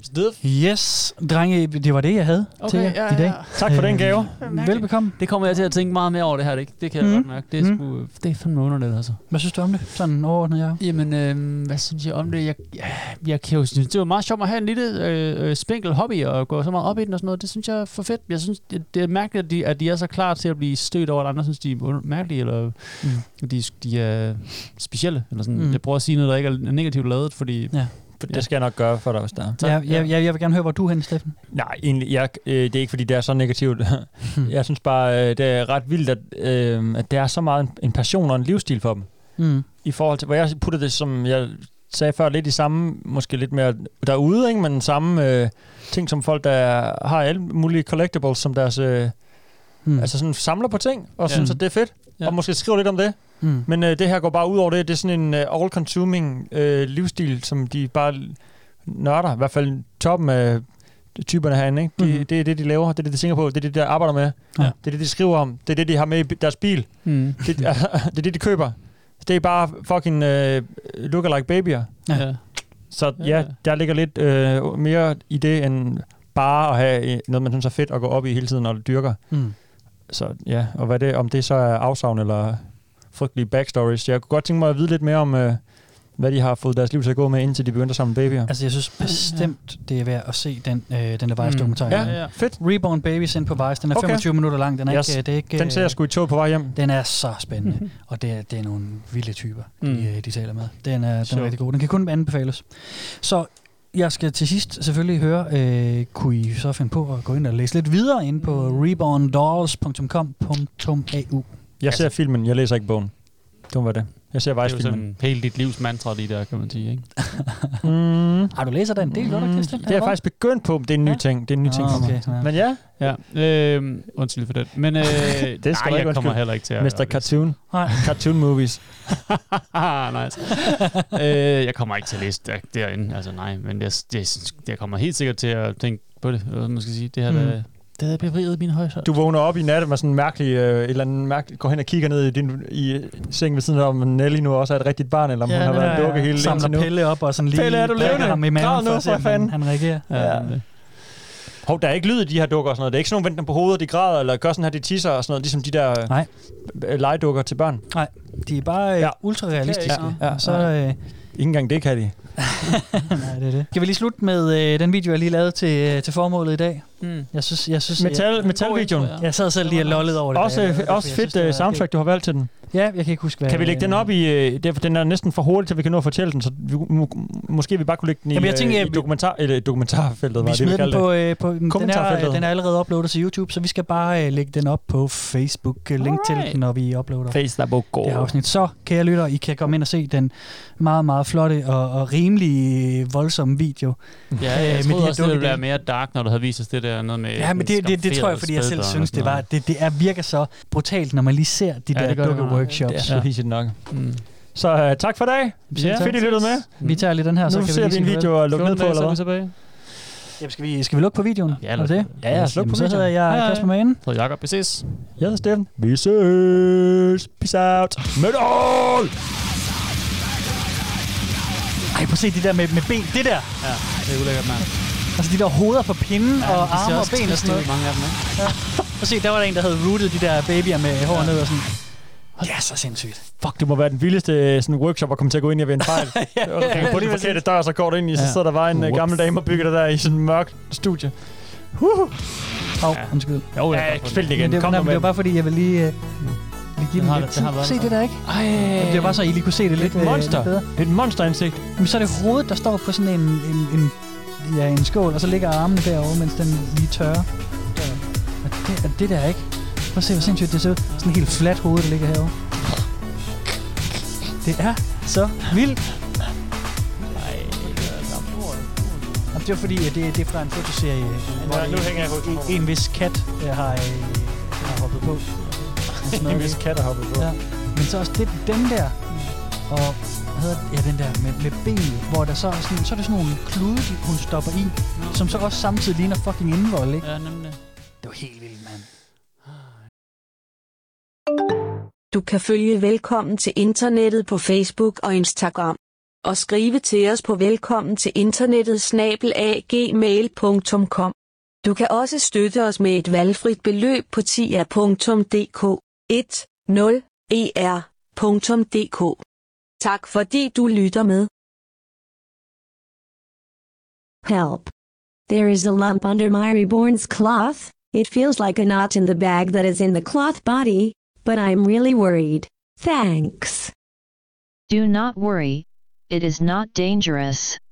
Yes, drenge, det var det, jeg havde okay, til jer ja, i dag. Ja. Tak for den gave. Velbekomme. Det kommer jeg til at tænke meget mere over det her, ikke? Det kan jeg mm. godt mærke. Det er, mm. sgu, det er fandme underligt, altså. Hvad synes du om det? Sådan overordnet, ja. Jamen, øh, hvad synes jeg om det? Jeg, jeg, jeg kan jo synes, det var meget sjovt at have en lille øh, spinkel hobby og gå så meget op i den og sådan noget. Det synes jeg er for fedt. Jeg synes, det, det er mærkeligt, at de, at de er så klar til at blive stødt over, at andre synes, de er mærkelige, eller mm. de, de er specielle. Eller sådan. Mm. Jeg prøver at sige noget, der ikke er negativt lavet, fordi... Ja. Det skal jeg nok gøre for dig, hvis der er. Ja, jeg, jeg, jeg vil gerne høre, hvor du er henne, Steffen. Nej, egentlig, jeg, øh, det er ikke, fordi det er så negativt. Jeg synes bare, øh, det er ret vildt, at, øh, at det er så meget en, en passion og en livsstil for dem. Mm. I forhold til, hvor jeg putter det, som jeg sagde før, lidt i samme, måske lidt mere derude, ikke? Men samme øh, ting, som folk, der har alle mulige collectibles, som deres... Øh, mm. Altså sådan samler på ting, og ja. synes, at det er fedt. Ja. Og måske skriver lidt om det. Mm. Men øh, det her går bare ud over det. Det er sådan en uh, all-consuming øh, livsstil, som de bare nørder. I hvert fald toppen af typerne herinde. Ikke? De, mm. Det er det, de laver. Det er det, de tænker på. Det er det, de arbejder med. Ja. Det er det, de skriver om. Det er det, de har med i deres bil. Mm. Det, det er det, de køber. Det er bare fucking uh, look-alike babyer. Ja. Så ja, der ligger lidt uh, mere i det, end bare at have noget, man synes er fedt at gå op i hele tiden, når det dyrker. Mm. Så ja, og hvad det, om det så er afsavn eller frygtelige backstories. Jeg kunne godt tænke mig at vide lidt mere om, øh, hvad de har fået deres liv til at gå med, indtil de begyndte at samle babyer. Altså, jeg synes bestemt, det er værd at se den, øh, den der Vice-dokumentar. Mm. Ja, ja, fedt. Reborn Babies ind på Vice. Den er okay. femogtyve minutter lang. Den, er yes. ikke, det er ikke, den ser jeg sgu i tog på vej hjem. Den er så spændende, mm. og det er, det er nogle vilde typer, mm. de, de taler med. Den er, den er rigtig god. Den kan kun anbefales. Så jeg skal til sidst selvfølgelig høre, øh, kunne I så finde på at gå ind og læse lidt videre ind på reborn dolls punktum com punktum a u. Jeg ser filmen, jeg læser ikke bogen. Det var det. Jeg ser Vice-filmen. Det er jo sådan hele dit livs mantra lige der, kan man sige, ikke? mm. Har du læser den del, mm. Christian? Det er jeg faktisk begyndt på, det er en ny ja? ting. Det er en ny ting for okay. mig. Men ja. Ja. Øh, undskyld for det. Men øh, det skal nej, jeg jeg kommer heller ikke til at... mister Cartoon. Cartoon movies. nice. øh, jeg kommer ikke til at læse der, derinde. Altså nej, men jeg, jeg, jeg kommer helt sikkert til at tænke på det. Man skal sige, det her... Mm. Der, det havde befriet mine højser. Du vågner op i natten med sådan en mærkelig, øh, et eller andet mærkeligt, går hen og kigger ned i din i sengen ved siden af, om Nelly nu også er et rigtigt barn, eller om ja, hun har været dukke hele tiden. Samler Pelle op og sådan lige Pelle, er du levende? Ham i maven for at se, om han, han reagerer. Ja. Ja. Hov, der er ikke lyd i de her dukker og sådan noget. Det er ikke sådan nogle venter på hovedet, de græder, eller gør sådan her, de tisser og sådan noget, ligesom de der Nej. legedukker til børn. Nej, de er bare ja. ultra realistiske. Ja. Ja. Så, øh, ikke engang det kan de. Nej, det er det. Kan vi lige slutte med øh, den video, jeg lige lavede til, til formålet i dag? Mm. Jeg synes, jeg synes, Metal, jeg, metal-videoen. Jeg sad selv lige og lollede over det. Også, jeg, også fedt synes, soundtrack, du har valgt til den. Ja, jeg kan ikke huske, hvad... Kan vi lægge den op i... Øh, det, den er næsten for hurtigt, så vi kan nå at fortælle den, så vi, må, måske vi bare kunne lægge den i, Jamen, jeg tænker, øh, i dokumentar, eller dokumentarfeltet. Vi var smider det, vi den på... Øh, på den, er, den den er allerede uploadet til YouTube, så vi skal bare øh, lægge den op på Facebook. Link Alright. til den, når vi uploader Facebook det afsnit. Så, kære lytter, I kan komme ind og se den meget, meget flotte og, og rimelig voldsomme video. Ja, jeg øh, troede de også, det ville der. være mere dark, når du havde vist os det der noget med... Ja, men det, det, det tror jeg, fordi jeg selv synes, det var... Det, det er virker så brutalt, når man lige ser de ja, der dukke-workshops. Det er så hissigt nok. Mm. Så uh, tak for i dag. Ja, fedt, I lyttede med. Vi tager lige den her, nu så kan ser vi vi en video og lukke ned på, eller hvad? Jamen, skal vi, skal vi lukke på videoen? Ja, lad det? Ja, ja, sluk på videoen. Så hedder jeg Kasper Magen. Jeg hedder Jakob. Vi ses. Jeg hedder Steffen. Vi ses. Peace out. Metal! Ej, prøv at se de der med, med ben. Det der. Ja, det er ulækkert, mand. Altså de der hoveder på pinden ja, og arme og ben og sådan noget. Mange af dem, ikke? Ja. Prøv at se, der var der en, der havde rootet de der babyer med hår ja. ned og sådan. Ja, så sindssygt. Fuck, det må være den vildeste sådan, workshop at komme til at gå ind i ved en fejl. ja, ja, på den forkerte dør, så går du ind i, så sidder der bare en uh, gammel dame og bygger det der i sådan en mørkt studie. Huh. Åh, oh, ja. undskyld. Jo, ja, ja spil det igen. Det, Kom nej, med. det var bare fordi, jeg vil lige... Uh, lige give dem lidt tid. Se det der, ikke? Ej. Det var bare så, I lige kunne se det lidt, et monster. lidt bedre. Et monsteransigt. Men så er det hovedet, der står på sådan en, en, en, ja, en skål, og så ligger armene derovre, mens den lige tørrer. Og det, og det der, ikke? Prøv at se, hvor sindssygt det ser ud. Sådan en helt flat hoved, der ligger herovre. Det er så vildt. Det var fordi, at det, det er fra en fotoserie, hvor ja, nu hænger jeg en, en, en vis kat jeg har, har hoppet på. En vis kat har hoppet på. Ja. Men så også det, den der, og hvad hedder det? Ja, den der med, med benet, hvor der så er, sådan, så er det sådan nogle klude, hun stopper i, no. som så også samtidig ligner fucking indvold, ikke? Ja, nemlig. Det var helt vildt, mand. Du kan følge Velkommen til Internettet på Facebook og Instagram. Og skrive til os på velkommen til internettet snabel-a gmail punktum com. Du kan også støtte os med et valgfrit beløb på tia punktum d k ti e r punktum d k. Tak fordi du lytter med. Help. There is a lump under my reborn's cloth. It feels like a knot in the bag that is in the cloth body, but I'm really worried. Thanks. Do not worry. It is not dangerous.